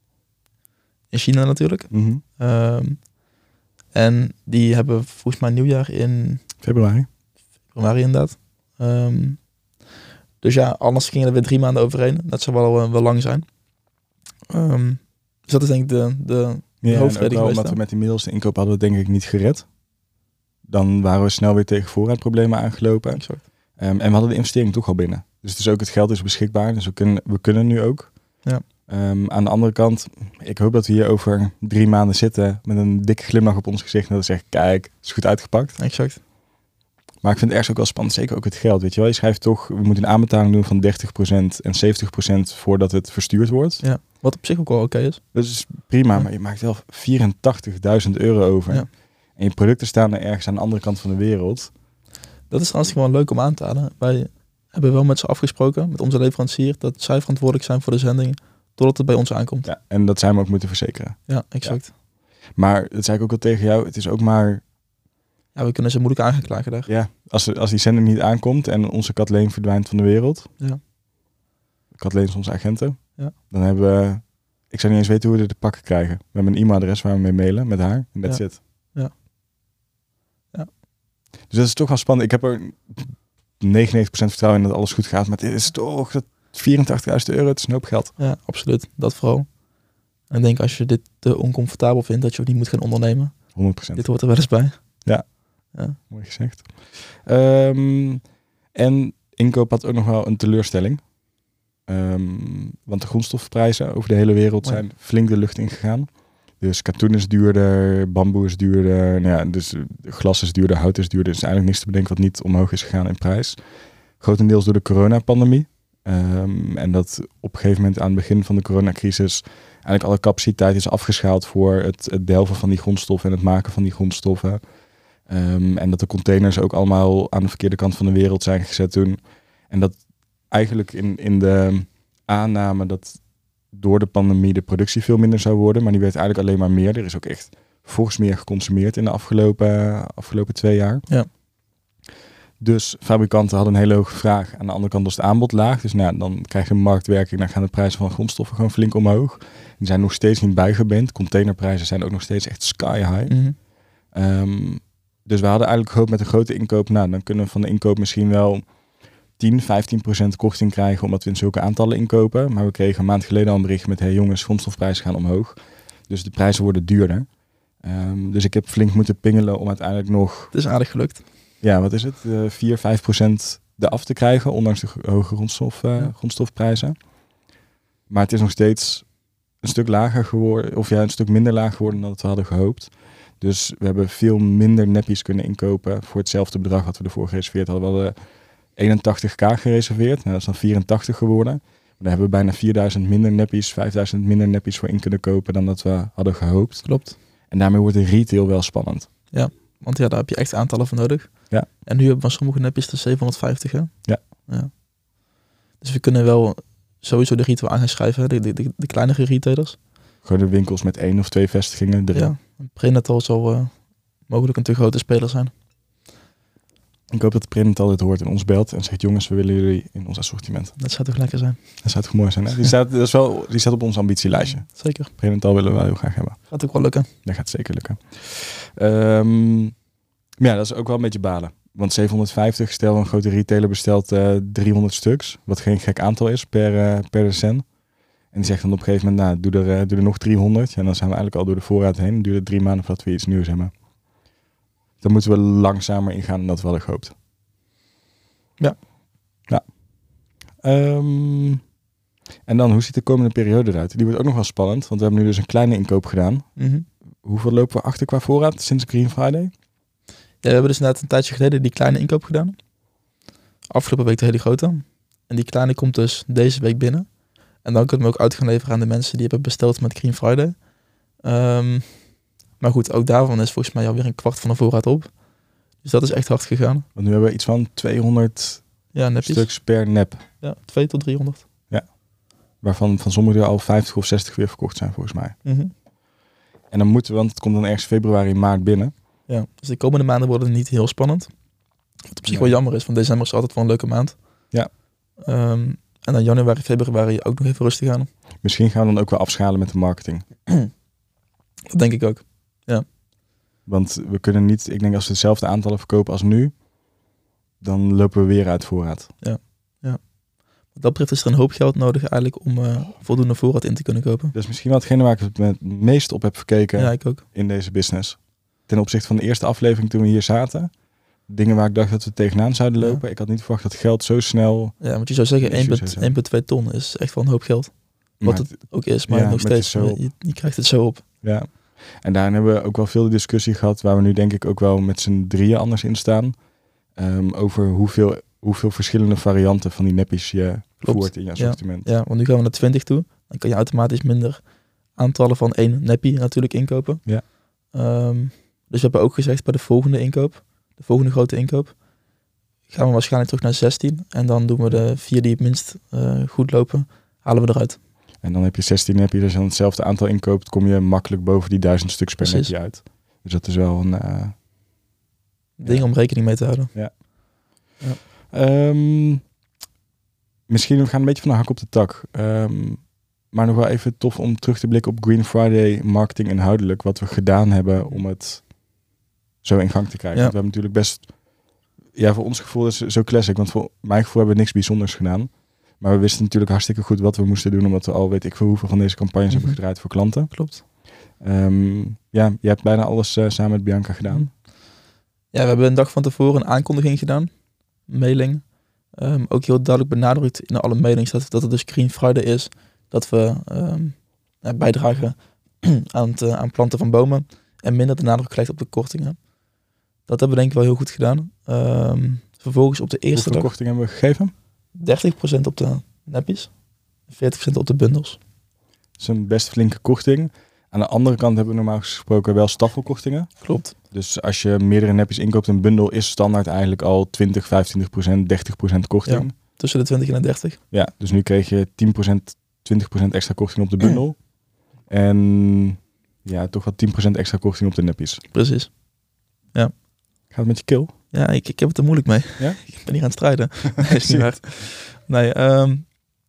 in China natuurlijk.
Mm-hmm.
Um, en die hebben volgens mij nieuwjaar in
februari.
Februari inderdaad. Um, dus ja, anders gingen er weer drie maanden overheen. Dat zou wel, uh, wel lang zijn. Um, dus dat is denk ik de, de, de
ja,
hoofdreden geweest.
Omdat we met die middelste inkoop hadden we denk ik niet gered. Dan waren we snel weer tegen voorraadproblemen aangelopen.
Exact.
Um, en we hadden de investering toch al binnen. Dus het is ook, het geld is beschikbaar. Dus we kunnen, we kunnen nu ook.
Ja.
Um, aan de andere kant, ik hoop dat we hier over drie maanden zitten met een dikke glimlach op ons gezicht. En dat we zeggen, kijk, het is goed uitgepakt.
Exact.
Maar ik vind het ergens ook wel spannend, zeker ook het geld. Weet je wel, je schrijft toch, we moeten een aanbetaling doen van dertig procent en zeventig procent voordat het verstuurd wordt.
Ja, wat op zich ook wel oké okay is.
Dat is prima,
ja.
maar je maakt wel vierentachtigduizend euro over.
Ja.
En je producten staan er ergens aan de andere kant van de wereld.
Dat is trouwens gewoon leuk om aan te halen. Wij hebben wel met ze afgesproken, met onze leverancier, dat zij verantwoordelijk zijn voor de zending, totdat het bij ons aankomt.
Ja, en dat zij me ook moeten verzekeren.
Ja, exact.
Ja. Maar, dat zei ik ook al tegen jou, het is ook maar...
Ja, we kunnen ze moeilijk aangeklagen daar.
Ja, als, als die zending niet aankomt en onze Kathleen verdwijnt van de wereld.
Ja.
Kathleen is onze agenten.
Ja.
Dan hebben we... Ik zou niet eens weten hoe we dit te pakken krijgen. We hebben een e-mailadres waar we mee mailen met haar. En that's
ja.
it.
Ja. Ja.
Dus dat is toch wel spannend. Ik heb er negenennegentig procent vertrouwen in dat alles goed gaat. Maar het is toch dat vierentachtigduizend euro. Het is een hoop geld.
Ja, absoluut. Dat vooral. En ik denk als je dit te oncomfortabel vindt, dat je ook niet moet gaan ondernemen.
honderd procent.
Dit hoort er wel eens bij.
Ja.
Ja.
Mooi gezegd. Um, en inkoop had ook nog wel een teleurstelling. Um, want de grondstofprijzen over de hele wereld
Oh ja.
zijn flink de lucht ingegaan. Dus katoen is duurder, bamboe is duurder, nou ja, dus glas is duurder, hout is duurder. Dus eigenlijk niks te bedenken wat niet omhoog is gegaan in prijs. Grotendeels door de coronapandemie. Um, en dat op een gegeven moment aan het begin van de coronacrisis eigenlijk alle capaciteit is afgeschaald voor het, het delven van die grondstoffen en het maken van die grondstoffen. Um, en dat de containers ook allemaal aan de verkeerde kant van de wereld zijn gezet toen. En dat eigenlijk in, in de aanname dat door de pandemie de productie veel minder zou worden, maar die werd eigenlijk alleen maar meer. Er is ook echt fors meer geconsumeerd in de afgelopen, afgelopen twee jaar.
Ja.
Dus fabrikanten hadden een hele hoge vraag. Aan de andere kant was het aanbod laag. Dus nou, dan krijg je een marktwerking, dan gaan de prijzen van grondstoffen gewoon flink omhoog. Die zijn nog steeds niet bijgebend. Containerprijzen zijn ook nog steeds echt sky high.
Mm-hmm.
Um, dus we hadden eigenlijk gehoopt met een grote inkoop, nou dan kunnen we van de inkoop misschien wel tien, vijftien procent korting krijgen omdat we in zulke aantallen inkopen. Maar we kregen een maand geleden al een bericht met, hé hey jongens, grondstofprijzen gaan omhoog. Dus de prijzen worden duurder. Um, dus ik heb flink moeten pingelen om uiteindelijk nog...
Het is aardig gelukt.
Ja, wat is het? Uh, vier, vijf procent eraf te krijgen, ondanks de hoge grondstof, uh, ja. grondstofprijzen. Maar het is nog steeds een stuk lager geworden, of ja, een stuk minder laag geworden dan we hadden gehoopt. Dus we hebben veel minder neppies kunnen inkopen voor hetzelfde bedrag wat we ervoor gereserveerd hadden. We hadden eenentachtig k gereserveerd, nou, dat is dan vierentachtig geworden. Maar daar hebben we bijna vierduizend minder neppies, vijfduizend minder neppies voor in kunnen kopen dan dat we hadden gehoopt.
Klopt.
En daarmee wordt de retail wel spannend.
Ja, want ja, daar heb je echt aantallen voor nodig.
Ja.
En nu hebben we van sommige neppies de zevenhonderdvijftig, hè?
Ja.
ja. Dus we kunnen wel sowieso de retail aan gaan schrijven, de, de, de, de kleinere retailers.
Gewoon de winkels met één of twee vestigingen erin.
Ja, Prenatal zal uh, mogelijk een te grote speler zijn.
Ik hoop dat de Prenatal dit hoort en ons belt en zegt, jongens, we willen jullie in ons assortiment.
Dat zou toch lekker zijn?
Dat zou toch mooi zijn, hè? Die staat, dat is wel, die staat op ons ambitielijstje.
Zeker.
Prenatal willen we wel heel graag hebben.
Gaat ook wel lukken.
Dat gaat zeker lukken. Um, maar ja, dat is ook wel een beetje balen. Want zevenhonderdvijftig, stel een grote retailer bestelt uh, driehonderd stuks, wat geen gek aantal is per, uh, per cent. En die zegt dan op een gegeven moment, nou, doe er, uh, doe er nog driehonderd. En dan zijn we eigenlijk al door de voorraad heen. Dan duurt het drie maanden voordat we iets nieuws hebben. Dan moeten we langzamer ingaan dan dat we hadden gehoopt.
Ja.
Ja. Um, en dan, hoe ziet de komende periode eruit? Die wordt ook nog wel spannend, want we hebben nu dus een kleine inkoop gedaan.
Mm-hmm.
Hoeveel lopen we achter qua voorraad sinds Green Friday?
Ja, we hebben dus inderdaad een tijdje geleden die kleine inkoop gedaan. Afgelopen week de hele grote. En die kleine komt dus deze week binnen. En dan kunnen we ook uit gaan leveren aan de mensen die hebben besteld met Green Friday. Um, maar goed, ook daarvan is volgens mij alweer een kwart van de voorraad op. Dus dat is echt hard gegaan.
Want nu hebben we iets van tweehonderd
ja,
stuks per nep.
Ja, twee tot driehonderd.
Ja, waarvan van sommige al vijftig of zestig weer verkocht zijn volgens mij.
Mm-hmm.
En dan moeten we, want het komt dan ergens februari, maart binnen.
Ja, dus de komende maanden worden het niet heel spannend. Wat op zich
nee.
wel jammer is, want december is altijd wel een leuke maand.
Ja.
Um, en dan januari, februari ook nog even rustig aan.
Misschien gaan we dan ook wel afschalen met de marketing.
Dat denk ik ook, ja.
Want we kunnen niet, ik denk als we hetzelfde aantallen verkopen als nu, dan lopen we weer uit voorraad.
Ja, ja. Wat dat betreft is er een hoop geld nodig eigenlijk om uh, voldoende voorraad in te kunnen kopen.
Dat is misschien wel hetgene waar ik het het meest op heb gekeken
ja, ik ook.
in deze business. Ten opzichte van de eerste aflevering toen we hier zaten. Dingen waar ik dacht dat we tegenaan zouden lopen. Ja. Ik had niet verwacht dat geld zo snel...
Ja, want je zou zeggen één komma twee ton is echt wel een hoop geld. Wat maar, het ook is, maar ja, nog steeds, zo... je, je krijgt het zo op.
Ja, en daarin hebben we ook wel veel de discussie gehad, waar we nu denk ik ook wel met z'n drieën anders in staan. Um, over hoeveel, hoeveel verschillende varianten van die neppies je Klopt. voert in je assortiment.
Ja, ja, want nu gaan we naar twintig toe. Dan kan je automatisch minder aantallen van één neppie natuurlijk inkopen.
Ja.
Um, dus we hebben ook gezegd bij de volgende inkoop, de volgende grote inkoop, gaan we waarschijnlijk terug naar zestien. En dan doen we de vier die het minst uh, goed lopen, halen we eruit.
En dan heb je zestien neppies. Als je dan hetzelfde aantal inkoopt, kom je makkelijk boven die duizend stuks per
Precies.
nepje uit. Dus dat is wel een... Uh,
ding ja. om rekening mee te houden.
Ja. ja. Um, misschien, we gaan een beetje van de hak op de tak. Um, maar nog wel even tof om terug te blikken op Green Friday marketing inhoudelijk. Wat we gedaan hebben om het zo in gang te krijgen. Ja. Want we hebben natuurlijk best... Ja, voor ons gevoel is zo classic. Want voor mijn gevoel hebben we niks bijzonders gedaan. Maar we wisten natuurlijk hartstikke goed wat we moesten doen. Omdat we al weet ik veel hoeveel van deze campagnes mm-hmm. hebben gedraaid voor klanten.
Klopt.
Um, ja, je hebt bijna alles uh, samen met Bianca gedaan.
Ja, we hebben een dag van tevoren een aankondiging gedaan. Een mailing. Um, ook heel duidelijk benadrukt in alle mailings dat, dat het dus Green Friday is. Dat we um, nou, bijdragen aan het uh, aan planten van bomen. En minder de nadruk gelegd op de kortingen. Dat hebben we denk ik wel heel goed gedaan. Um, vervolgens op de eerste
Hoeveel
dag...
kortingen hebben we gegeven?
dertig procent op de neppies. veertig procent op de bundels.
Dat is een best flinke korting. Aan de andere kant hebben we normaal gesproken wel staffelkortingen.
Klopt.
Dus als je meerdere neppies inkoopt, een bundel is standaard eigenlijk al twintig, vijfentwintig procent, dertig procent korting.
Ja, tussen de twintig en de dertig.
Ja, dus nu kreeg je tien procent, twintig procent extra korting op de bundel. En ja, toch wel tien procent extra korting op de neppies.
Precies. Ja.
Gaat het met je keel?
Ja, ik, ik heb het er moeilijk mee.
Ja?
Ik ben hier aan het strijden. Nee, is niet waar. Nee, um,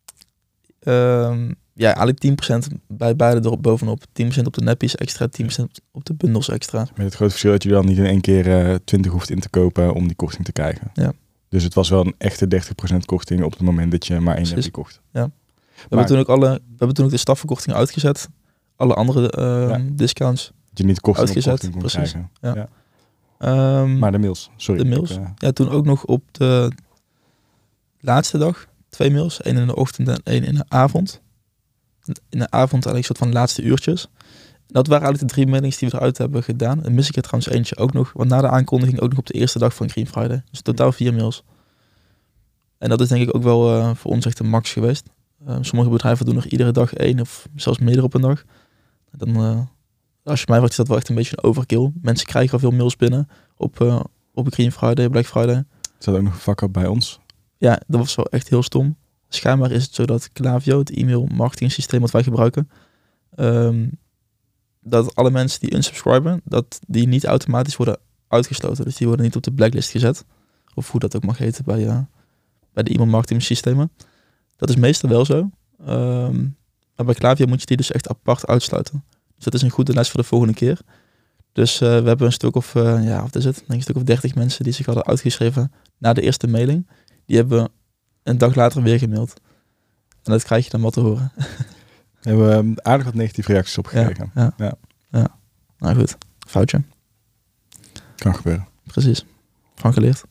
um, ja, eigenlijk tien procent bij beide erop bovenop. tien procent op de neppies extra, tien procent op de bundels extra.
Met het grote verschil dat je dan niet in één keer uh, twintig hoeft in te kopen om die korting te krijgen.
Ja.
Dus het was wel een echte dertig procent korting op het moment dat je maar één neppie kocht.
Ja. We, maar, hebben toen ook alle, we hebben toen ook de staffenkortingen uitgezet. Alle andere uh, ja. discounts
dat je niet korting
uitgezet.
Op korting kon
Precies.
krijgen.
Ja.
Ja.
Um,
maar de mails, sorry.
De mails.
Ik, uh...
Ja, toen ook nog op de laatste dag twee mails. één in de ochtend en één in de avond. In de avond eigenlijk een soort van laatste uurtjes. Dat waren eigenlijk de drie mailings die we eruit hebben gedaan. En mis ik er trouwens eentje ook nog. Want na de aankondiging ook nog op de eerste dag van Green Friday. Dus totaal vier mails. En dat is denk ik ook wel uh, voor ons echt een max geweest. Uh, sommige bedrijven doen nog iedere dag één of zelfs meerdere op een dag. Dan, uh, als je mij vraagt, is dat wel echt een beetje een overkill. Mensen krijgen al veel mails binnen op, uh, op Green Friday, Black Friday.
Zat ook nog een fuck-up bij ons?
Ja, dat was wel echt heel stom. Schijnbaar is het zo dat Klaviyo, het e-mail marketing systeem wat wij gebruiken, um, dat alle mensen die unsubscriben, dat die niet automatisch worden uitgesloten. Dus die worden niet op de blacklist gezet. Of hoe dat ook mag heten bij, uh, bij de e-mail marketing systemen. Dat is meestal wel zo. Um, maar bij Klaviyo moet je die dus echt apart uitsluiten. Dus dat is een goede les voor de volgende keer. Dus uh, we hebben een stuk of, uh, ja, wat is het? Een stuk of dertig mensen die zich hadden uitgeschreven na de eerste mailing. Die hebben een dag later weer gemaild. En dat krijg je dan wat te horen.
We hebben aardig wat negatieve reacties op gekregen.
Ja, ja, ja. ja. Nou goed, foutje.
Kan gebeuren.
Precies, van geleerd.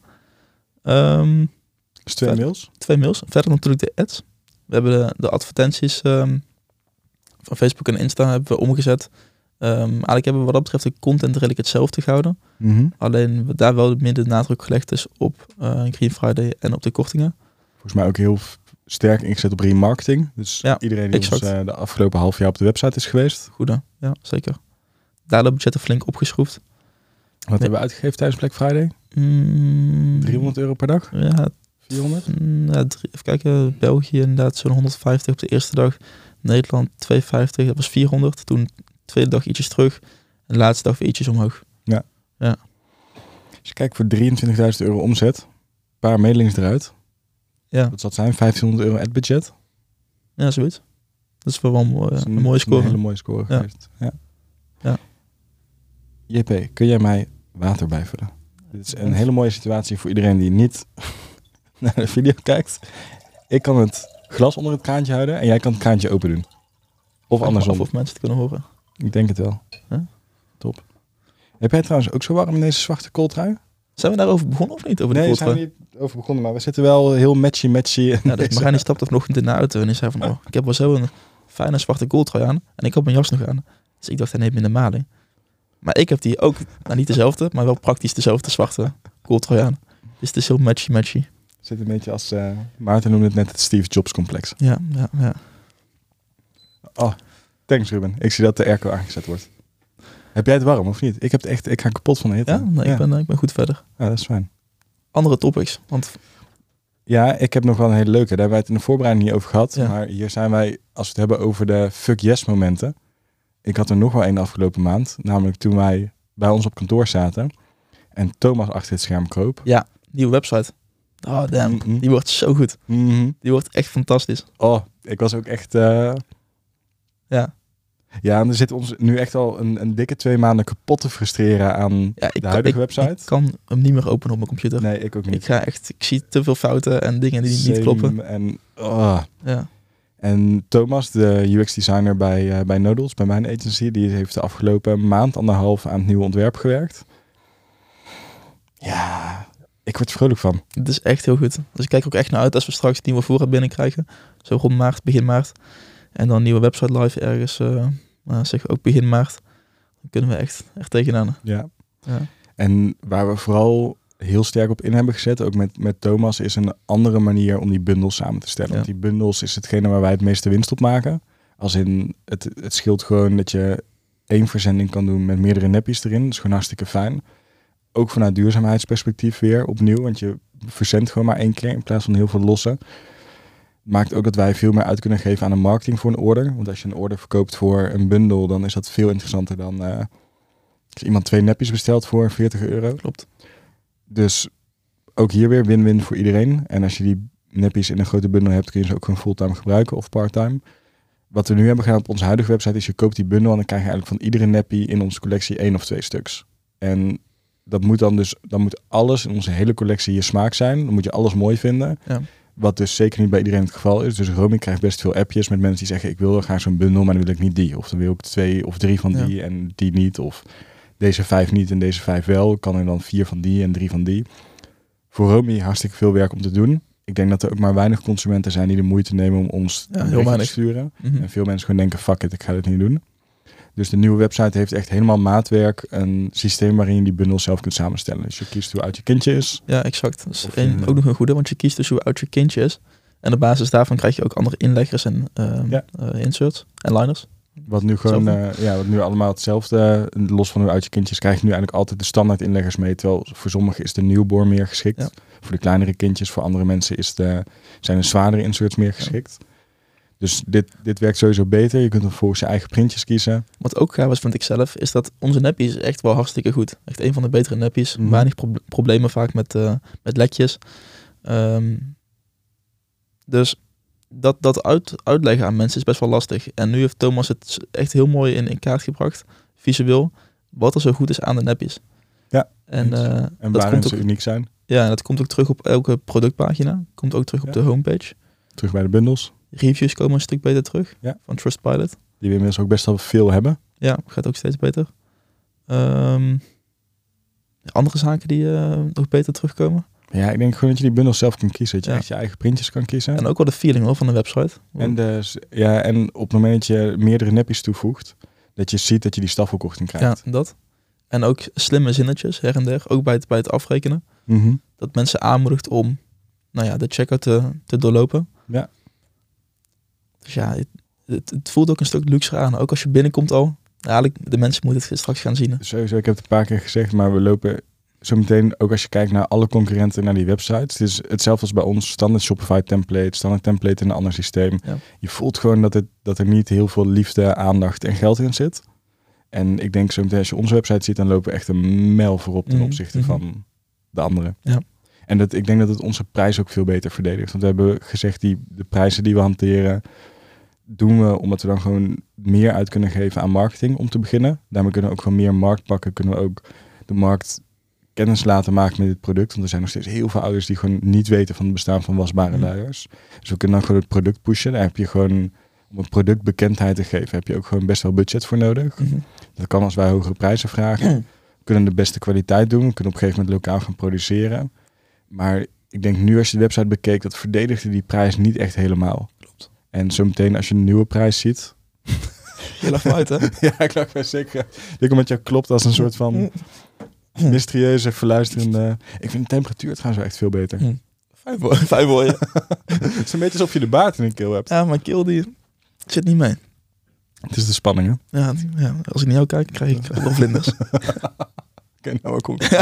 Um,
dus twee
verder,
mails?
Twee mails. Verder natuurlijk de ads. We hebben de, de advertenties um, van Facebook en Insta hebben we omgezet. Um, eigenlijk hebben we wat dat betreft de content redelijk hetzelfde gehouden.
Mm-hmm.
Alleen we daar wel minder nadruk gelegd is op uh, Green Friday en op de kortingen.
Volgens mij ook heel sterk ingezet op remarketing. Dus ja, iedereen die exact. ons uh, de afgelopen half jaar op de website is geweest.
Goede, ja, zeker. Daar de budgetten flink opgeschroefd.
Wat nee. hebben we uitgegeven tijdens Black Friday?
Mm,
driehonderd euro per dag?
Ja.
vierhonderd?
Mm, ja, drie, even kijken. België inderdaad zo'n honderdvijftig op de eerste dag. Nederland tweehonderdvijftig, dat was vierhonderd. Toen tweede dag ietsjes terug. En de laatste dag weer ietsjes omhoog.
Ja.
ja.
Als je kijkt voor drieëntwintigduizend euro omzet, een paar mailings eruit.
Ja.
Wat zal het zijn? vijftienhonderd euro ad budget?
Ja, zoiets. Dat is wel een, uh, een, een mooie score.
Een hele mooie score
ja.
geweest. Ja.
ja.
J P, kun jij mij water bijvullen? Dit is een hele mooie situatie voor iedereen die niet naar de video kijkt. Ik kan het glas onder het kraantje houden en jij kan het kraantje open doen. Of andersom.
Of, of mensen het kunnen horen.
Ik denk het wel.
Huh?
Top. Heb jij trouwens ook zo warm in deze zwarte kooltrui?
Zijn we daarover begonnen of niet? Over
nee,
daar
zijn we niet over begonnen, maar we zitten wel heel matchy-matchy.
Ja, dus Marijn stapte vanochtend in de auto en die zei van, oh, ik heb wel zo een fijne zwarte kooltrui aan en ik heb mijn jas nog aan. Dus ik dacht, hij neemt me in de maling. Maar ik heb die ook, nou niet dezelfde, maar wel praktisch dezelfde zwarte kooltrui aan. Dus het is heel matchy-matchy.
Zit een beetje als, uh, Maarten noemde het net het Steve Jobs complex.
Ja, ja, ja.
Oh, thanks Ruben. Ik zie dat de airco aangezet wordt. Heb jij het warm of niet? Ik heb het echt, ik ga kapot van de hitte.
Ja, nee,
ja.
Ik, ben, ik ben goed verder.
Ja, dat is fijn.
Andere topics, want...
Ja, ik heb nog wel een hele leuke. Daar hebben wij het in de voorbereiding niet over gehad. Ja. Maar hier zijn wij, als we het hebben over de fuck yes momenten. Ik had er nog wel één afgelopen maand. Namelijk toen wij bij ons op kantoor zaten. En Thomas achter het scherm kroop.
Ja, nieuwe website. Oh damn, mm-hmm. Die wordt zo goed.
Mm-hmm.
Die wordt echt fantastisch.
Oh, ik was ook echt... Uh...
Ja.
Ja, en er zit ons nu echt al een, een dikke twee maanden kapot te frustreren aan
ja, ik
de
kan,
huidige
ik,
website.
Ik kan hem niet meer openen op mijn computer.
Nee, ik ook niet.
Ik ga echt, ik zie te veel fouten en dingen die
Same
niet kloppen.
En, oh.
ja.
en Thomas, de U X designer bij, uh, bij Nodels, bij mijn agency, die heeft de afgelopen maand, anderhalf aan het nieuwe ontwerp gewerkt. Ja, Ik word er vrolijk van.
Het is echt heel goed. Dus ik kijk er ook echt naar uit als we straks nieuwe voorraad binnenkrijgen. Zo rond maart, begin maart. En dan een nieuwe website live ergens, uh, nou, zeg ook begin maart. Dan kunnen we echt, echt tegenaan.
Ja.
ja.
En waar we vooral heel sterk op in hebben gezet, ook met, met Thomas, is een andere manier om die bundels samen te stellen. Ja. Want die bundels is hetgene waar wij het meeste winst op maken. Als in, het, het scheelt gewoon dat je één verzending kan doen met meerdere neppies erin. Dat is gewoon hartstikke fijn. Ook vanuit duurzaamheidsperspectief weer opnieuw, want je verzendt gewoon maar één keer in plaats van heel veel losse. Maakt ook dat wij veel meer uit kunnen geven aan de marketing voor een order. Want als je een order verkoopt voor een bundel, dan is dat veel interessanter dan uh, als iemand twee neppies bestelt voor veertig euro.
Klopt.
Dus ook hier weer win-win voor iedereen. En als je die neppies in een grote bundel hebt, kun je ze ook gewoon fulltime gebruiken of parttime. Wat we nu hebben gedaan op onze huidige website is je koopt die bundel en dan krijg je eigenlijk van iedere neppie in onze collectie één of twee stuks. En dat moet dan dus, dan moet alles in onze hele collectie je smaak zijn. Dan moet je alles mooi vinden.
Ja.
Wat dus zeker niet bij iedereen het geval is. Dus Romy krijgt best veel appjes met mensen die zeggen, ik wil graag zo'n bundel, maar dan wil ik niet die. Of dan wil ik twee of drie van die ja. en die niet. Of deze vijf niet en deze vijf wel. Kan er dan vier van die en drie van die. Voor Romy hartstikke veel werk om te doen. Ik denk dat er ook maar weinig consumenten zijn die de moeite nemen om ons
ja, heel
te sturen.
Mm-hmm.
En veel mensen gewoon denken, fuck it, ik ga dit niet doen. Dus de nieuwe website heeft echt helemaal maatwerk. Een systeem waarin je die bundel zelf kunt samenstellen. Dus je kiest hoe oud je kindje is.
Ja, exact. Dat is een, ook nog een goede, want je kiest dus hoe oud je kindje is. En op basis daarvan krijg je ook andere inleggers en uh, ja. uh, inserts en liners.
Wat nu gewoon, uh, ja, wat nu allemaal hetzelfde. Los van hoe oud je kindje is, krijg je nu eigenlijk altijd de standaard inleggers mee. Terwijl voor sommigen is de newborn meer geschikt. Ja. Voor de kleinere kindjes, voor andere mensen is de, zijn de zwaardere inserts meer geschikt. Ja. Dus dit, dit werkt sowieso beter. Je kunt er volgens je eigen printjes kiezen.
Wat ook gaaf is, vind ik zelf, is dat onze neppies echt wel hartstikke goed. Echt een van de betere neppies. Mm-hmm. Weinig pro- problemen vaak met, uh, met lekjes. Um, dus dat, dat uit, uitleggen aan mensen is best wel lastig. En nu heeft Thomas het echt heel mooi in, in kaart gebracht, visueel, wat er zo goed is aan de neppies.
Ja,
en, uh,
en waarom ze uniek zijn.
Ja, en dat komt ook terug op elke productpagina. Komt ook terug op ja. de homepage.
Terug bij de bundels.
Reviews komen een stuk beter terug
ja.
van Trustpilot.
Die we inmiddels ook best wel veel hebben.
Ja, gaat ook steeds beter. Um, andere zaken die uh, nog beter terugkomen.
Ja, ik denk gewoon dat je die bundels zelf kan kiezen. Dat je ja. echt je eigen printjes kan kiezen.
En ook wel de feeling hoor, van de website.
En, de, ja, en op het moment dat je meerdere neppies toevoegt, dat je ziet dat je die staffelkorting krijgt.
Ja, dat. En ook slimme zinnetjes her en der. Ook bij het, bij het afrekenen.
Mm-hmm. Dat
mensen aanmoedigt om nou ja, de checkout te, te doorlopen.
Ja.
Dus ja, het, het, het voelt ook een stuk luxer aan. Ook als je binnenkomt al. Eigenlijk, de mensen moeten het straks gaan zien.
Sowieso, ik heb het een paar keer gezegd, maar we lopen zo meteen, ook als je kijkt naar alle concurrenten, naar die websites. Het is hetzelfde als bij ons, standaard Shopify template, standaard template in een ander systeem.
Ja.
Je voelt gewoon dat, het, dat er niet heel veel liefde, aandacht en geld in zit. En ik denk zo meteen, als je onze website ziet, dan lopen we echt een mijl voorop ten opzichte mm-hmm. van de andere.
Ja.
En dat, ik denk dat het onze prijs ook veel beter verdedigt. Want we hebben gezegd, die, de prijzen die we hanteren, doen we omdat we dan gewoon meer uit kunnen geven aan marketing om te beginnen. Daarmee kunnen we ook gewoon meer markt pakken. Kunnen we ook de markt kennis laten maken met dit product. Want er zijn nog steeds heel veel ouders die gewoon niet weten van het bestaan van wasbare mm. luiers. Dus we kunnen dan gewoon het product pushen. Daar heb je gewoon, om een product bekendheid te geven, heb je ook gewoon best wel budget voor nodig.
Mm-hmm.
Dat kan als wij hogere prijzen vragen. Mm. We kunnen de beste kwaliteit doen. We kunnen op een gegeven moment lokaal gaan produceren. Maar ik denk nu als je de website bekeek, dat verdedigde die prijs niet echt helemaal.
Klopt.
En zo meteen als je een nieuwe prijs ziet.
Je lacht me uit, hè?
Ja, ik lach mij zeker. Ik omdat je klopt als een soort van mysterieuze, verluisterende. Ik vind de temperatuur trouwens wel echt veel beter.
Hm. Fijn voor, fijn voor je.
Het is een beetje alsof je de baard in je keel hebt.
Ja, mijn keel die zit niet mee.
Het is de spanning, hè?
Ja, die, ja als ik naar jou kijk, krijg ik wel vlinders.
Oké, okay, nou ook goed.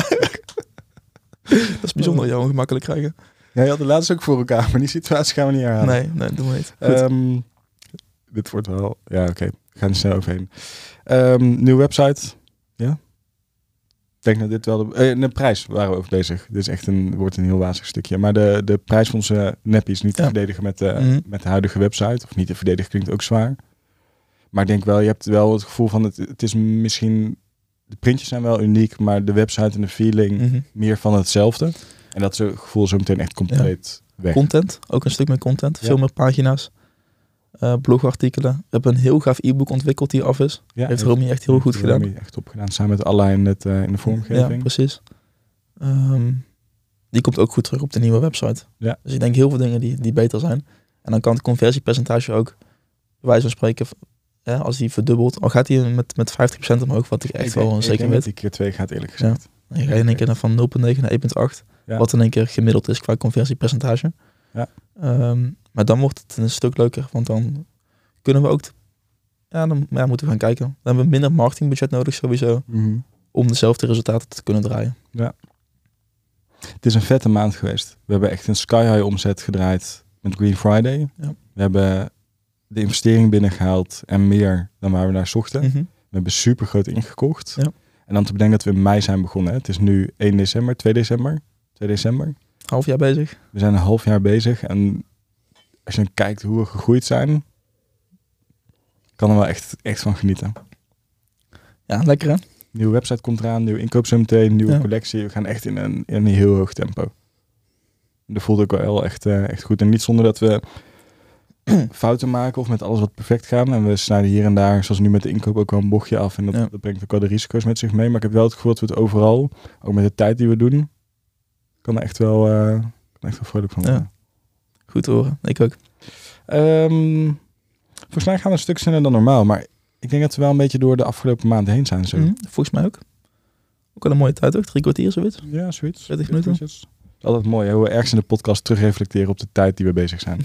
Dat is bijzonder, jou ongemakkelijk krijgen.
Ja, je had de laatste ook voor elkaar, maar die situatie gaan we niet herhalen.
Nee, nee, doen we niet.
Um, dit wordt wel... Ja, oké. Okay. We gaan er snel overheen. Um, nieuwe website. Ja? Ik denk dat dit wel... De, eh, de prijs waren we over bezig. Dit is echt een, wordt een heel wazig stukje. Maar de, de prijs van onze neppies niet te ja. verdedigen met de, mm-hmm. met de huidige website. Of niet te verdedigen klinkt ook zwaar. Maar ik denk wel, je hebt wel het gevoel van... Het, het is misschien... De printjes zijn wel uniek, maar de website en de feeling mm-hmm. meer van hetzelfde. En dat is het gevoel zo meteen echt compleet ja. weg.
Content, ook een stuk meer content. Ja. Veel meer pagina's, uh, blogartikelen. We hebben een heel gaaf e-book ontwikkeld die af is. Ja, heeft Romy echt heel heeft goed
Romy
gedaan.
echt opgedaan, samen met Allah in, het, uh, in de vormgeving.
Ja, precies. Um, die komt ook goed terug op de nieuwe website.
Ja.
Dus ik denk heel veel dingen die, die beter zijn. En dan kan het conversiepercentage ook, bij wijze van spreken, ja, als die verdubbelt, al gaat hij met, met vijftig procent omhoog, wat ik echt
ik
wel
denk,
een
ik
zeker
denk
weet.
dat die keer twee gaat, eerlijk gezegd.
Ja. Dan ga je in één keer van nul komma negen naar één komma acht.
Ja.
Wat in één keer gemiddeld is qua conversiepercentage.
Ja.
Um, maar dan wordt het een stuk leuker, want dan kunnen we ook... T- ja, dan ja, moeten we gaan kijken. Dan hebben we minder marketingbudget nodig sowieso,
Mm-hmm.
om dezelfde resultaten te kunnen draaien.
Ja. Het is een vette maand geweest. We hebben echt een sky-high omzet gedraaid met Green Friday.
Ja.
We hebben de investering binnengehaald en meer dan waar we naar zochten.
Mm-hmm.
We hebben super groot ingekocht.
Ja.
En dan te bedenken dat we in mei zijn begonnen. Hè. Het is nu één december, twee december. twee december.
Half jaar bezig.
We zijn een half jaar bezig. En als je dan kijkt hoe we gegroeid zijn, kan er wel echt, echt van genieten.
Ja, lekker hè?
Nieuwe website komt eraan, nieuwe inkoop zo meteen, nieuwe
Ja.
collectie. We gaan echt in een, in een heel hoog tempo. Dat voelt ook wel echt, uh, echt goed. En niet zonder dat we fouten maken of met alles wat perfect gaan. En we snijden hier en daar, zoals nu met de inkoop, ook wel een bochtje af. En dat,
Ja.
dat brengt ook wel de risico's met zich mee. Maar ik heb wel het gevoel dat we het overal, ook met de tijd die we doen, kan er echt wel, uh, kan echt wel vrolijk van worden.
Ja. Goed te horen. Ik ook.
Um, volgens mij gaan we een stuk sneller dan normaal. Maar ik denk dat we wel een beetje door de afgelopen maanden heen zijn. Zo.
Mm, volgens mij ook. Ook al een mooie tijd ook. Drie kwartier zoiets.
Ja, zoiets.
dertig minuten.
Het is altijd mooi hè, hoe we ergens in de podcast terugreflecteren op de tijd die we bezig zijn.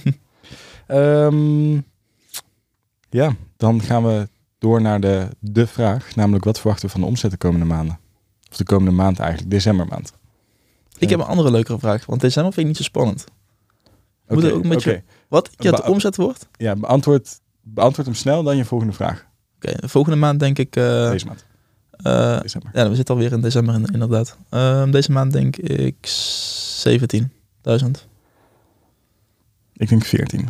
um, ja, dan gaan we door naar de, de vraag. Namelijk, wat verwachten we van de omzet de komende maanden? Of de komende maand eigenlijk, decembermaand.
Ik heb een andere leukere vraag. Want december vind ik niet zo spannend. We moeten ook een beetje...
okay.
Wat? Je had de
Be-
omzet wordt?
Ja, beantwoord, beantwoord hem snel, dan je volgende vraag.
Oké, okay, de volgende maand denk ik... Uh,
Deze maand.
Uh,
December.
Ja, we zitten alweer in december in, inderdaad. Uh, deze maand denk ik zeventienduizend.
Ik denk veertien.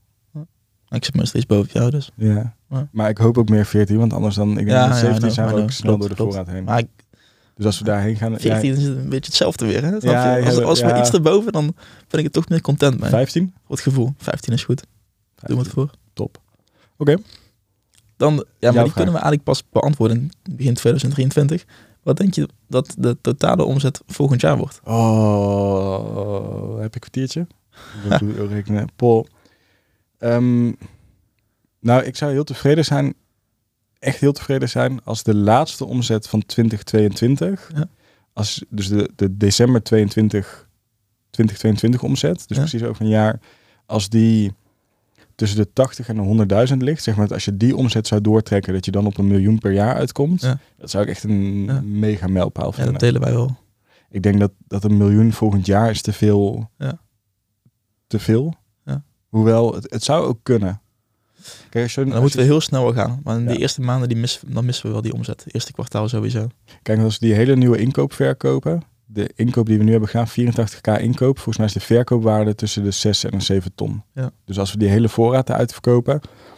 Ik zit meestal iets boven jou dus.
Ja.
Ja.
Maar ik hoop ook meer veertien, want anders dan... Ik denk
Ja,
dat
ja,
zeventien
no,
zijn we
no,
ook snel
klopt,
door de
klopt.
voorraad heen.
Maar ik,
Dus als we daarheen gaan...
veertien
ja,
is een beetje hetzelfde weer. Hè? Snap
Ja,
je? Als,
ja,
als we
ja.
iets erboven, dan ben ik er toch meer content mee.
vijftien?
Voor het gevoel. vijftien is goed. Doe het voor.
Top. Oké. Okay.
Dan, ja, maar
Jouw
die
vraag.
kunnen we eigenlijk pas beantwoorden in begin tweeduizend drieëntwintig. Wat denk je dat de totale omzet volgend jaar wordt?
Oh, heb ik een kwartiertje? Ik doe rekenen. Paul. Um, nou, ik zou heel tevreden zijn, echt heel tevreden zijn, als de laatste omzet van twintig tweeëntwintig,
Ja.
als dus de, de december tweeëntwintig, twintig tweeëntwintig omzet, dus
Ja.
precies over een jaar, als die tussen de tachtig en de honderdduizend ligt, zeg maar, dat als je die omzet zou doortrekken, dat je dan op een miljoen per jaar uitkomt,
Ja.
dat zou ik echt een
Ja.
mega mijlpaal
Ja,
vinden.
dat delen wij wel.
Ik denk dat, dat een miljoen volgend jaar is te veel.
Ja.
Te veel.
Ja.
Hoewel, het, het zou ook kunnen. Kijk, als je,
Dan
als
moeten
je-
we heel snel gaan. Maar in
Ja.
de eerste maanden die missen, dan missen we wel die omzet. Eerste kwartaal sowieso.
Kijk, als we die hele nieuwe inkoop verkopen. De inkoop die we nu hebben gedaan, vierentachtig k inkoop. Volgens mij is de verkoopwaarde tussen de zes en de zeven ton.
Ja.
Dus als we die hele voorraad eruit verkopen,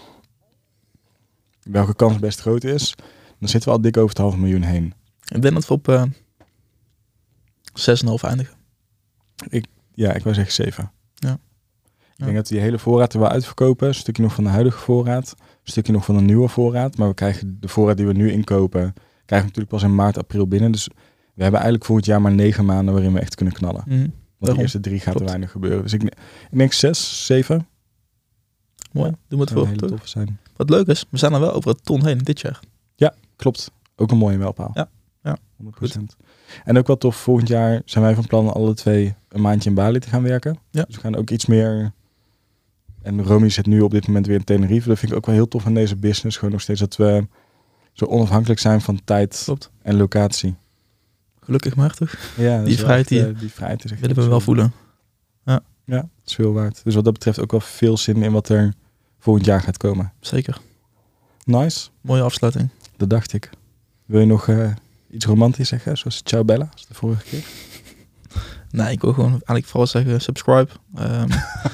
welke kans best groot is, dan zitten we al dik over het half miljoen heen.
Ik denk dat we op uh, zes komma vijf eindigen.
Ja, ik wou zeggen zeven.
Ja.
Ik denk dat we die hele voorraad er wel uitverkopen. Een stukje nog van de huidige voorraad. Een stukje nog van de nieuwe voorraad. Maar we krijgen de voorraad die we nu inkopen, krijgen we natuurlijk pas in maart, april binnen. Dus we hebben eigenlijk volgend jaar maar negen maanden waarin we echt kunnen knallen.
Mm.
Want de
Daarom.
eerste drie gaat
Klopt.
er weinig gebeuren. Dus ik, ik denk zes, zeven.
Mooi. Doen we het
Zou
voor.
een hele
Toch?
toffe zijn.
Wat leuk is, we zijn er wel over het ton heen dit jaar.
Klopt. Ook een mooie mijlpaal.
Ja. Ja.
honderd procent. En ook wel tof, volgend jaar zijn wij van plan alle twee een maandje in Bali te gaan werken.
Ja.
Dus we gaan ook iets meer... En Romy zit nu op dit moment weer in Tenerife. Dat vind ik ook wel heel tof aan deze business. Gewoon nog steeds dat we zo onafhankelijk zijn van tijd
Klopt.
en locatie.
Gelukkig maar toch?
Ja, dat
Die
is wel
vrijheid
echt,
die-
eh, die vrijheid is echt
Willen we
iets,
wel
eh,
voelen.
Ja, dat is veel waard. Dus wat dat betreft ook wel veel zin in wat er volgend jaar gaat komen.
Zeker.
Nice,
Mooie afsluiting.
dat dacht ik. Wil je nog uh, iets romantisch zeggen, zoals Ciao Bella, als de vorige keer?
Nee, ik wil gewoon eigenlijk vooral zeggen subscribe. Um,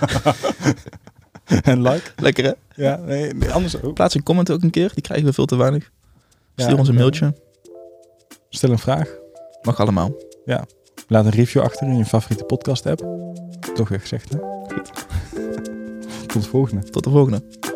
En like?
lekker hè?
Ja, nee, nee, anders ook.
Plaats een comment ook een keer. Die krijgen we veel te weinig. Stuur
Ja,
ons een
ja.
mailtje.
Stel een vraag.
Mag allemaal.
Laat een review achter in je favoriete podcast app. Toch weer gezegd, hè? Goed. Tot de volgende.
Tot de volgende.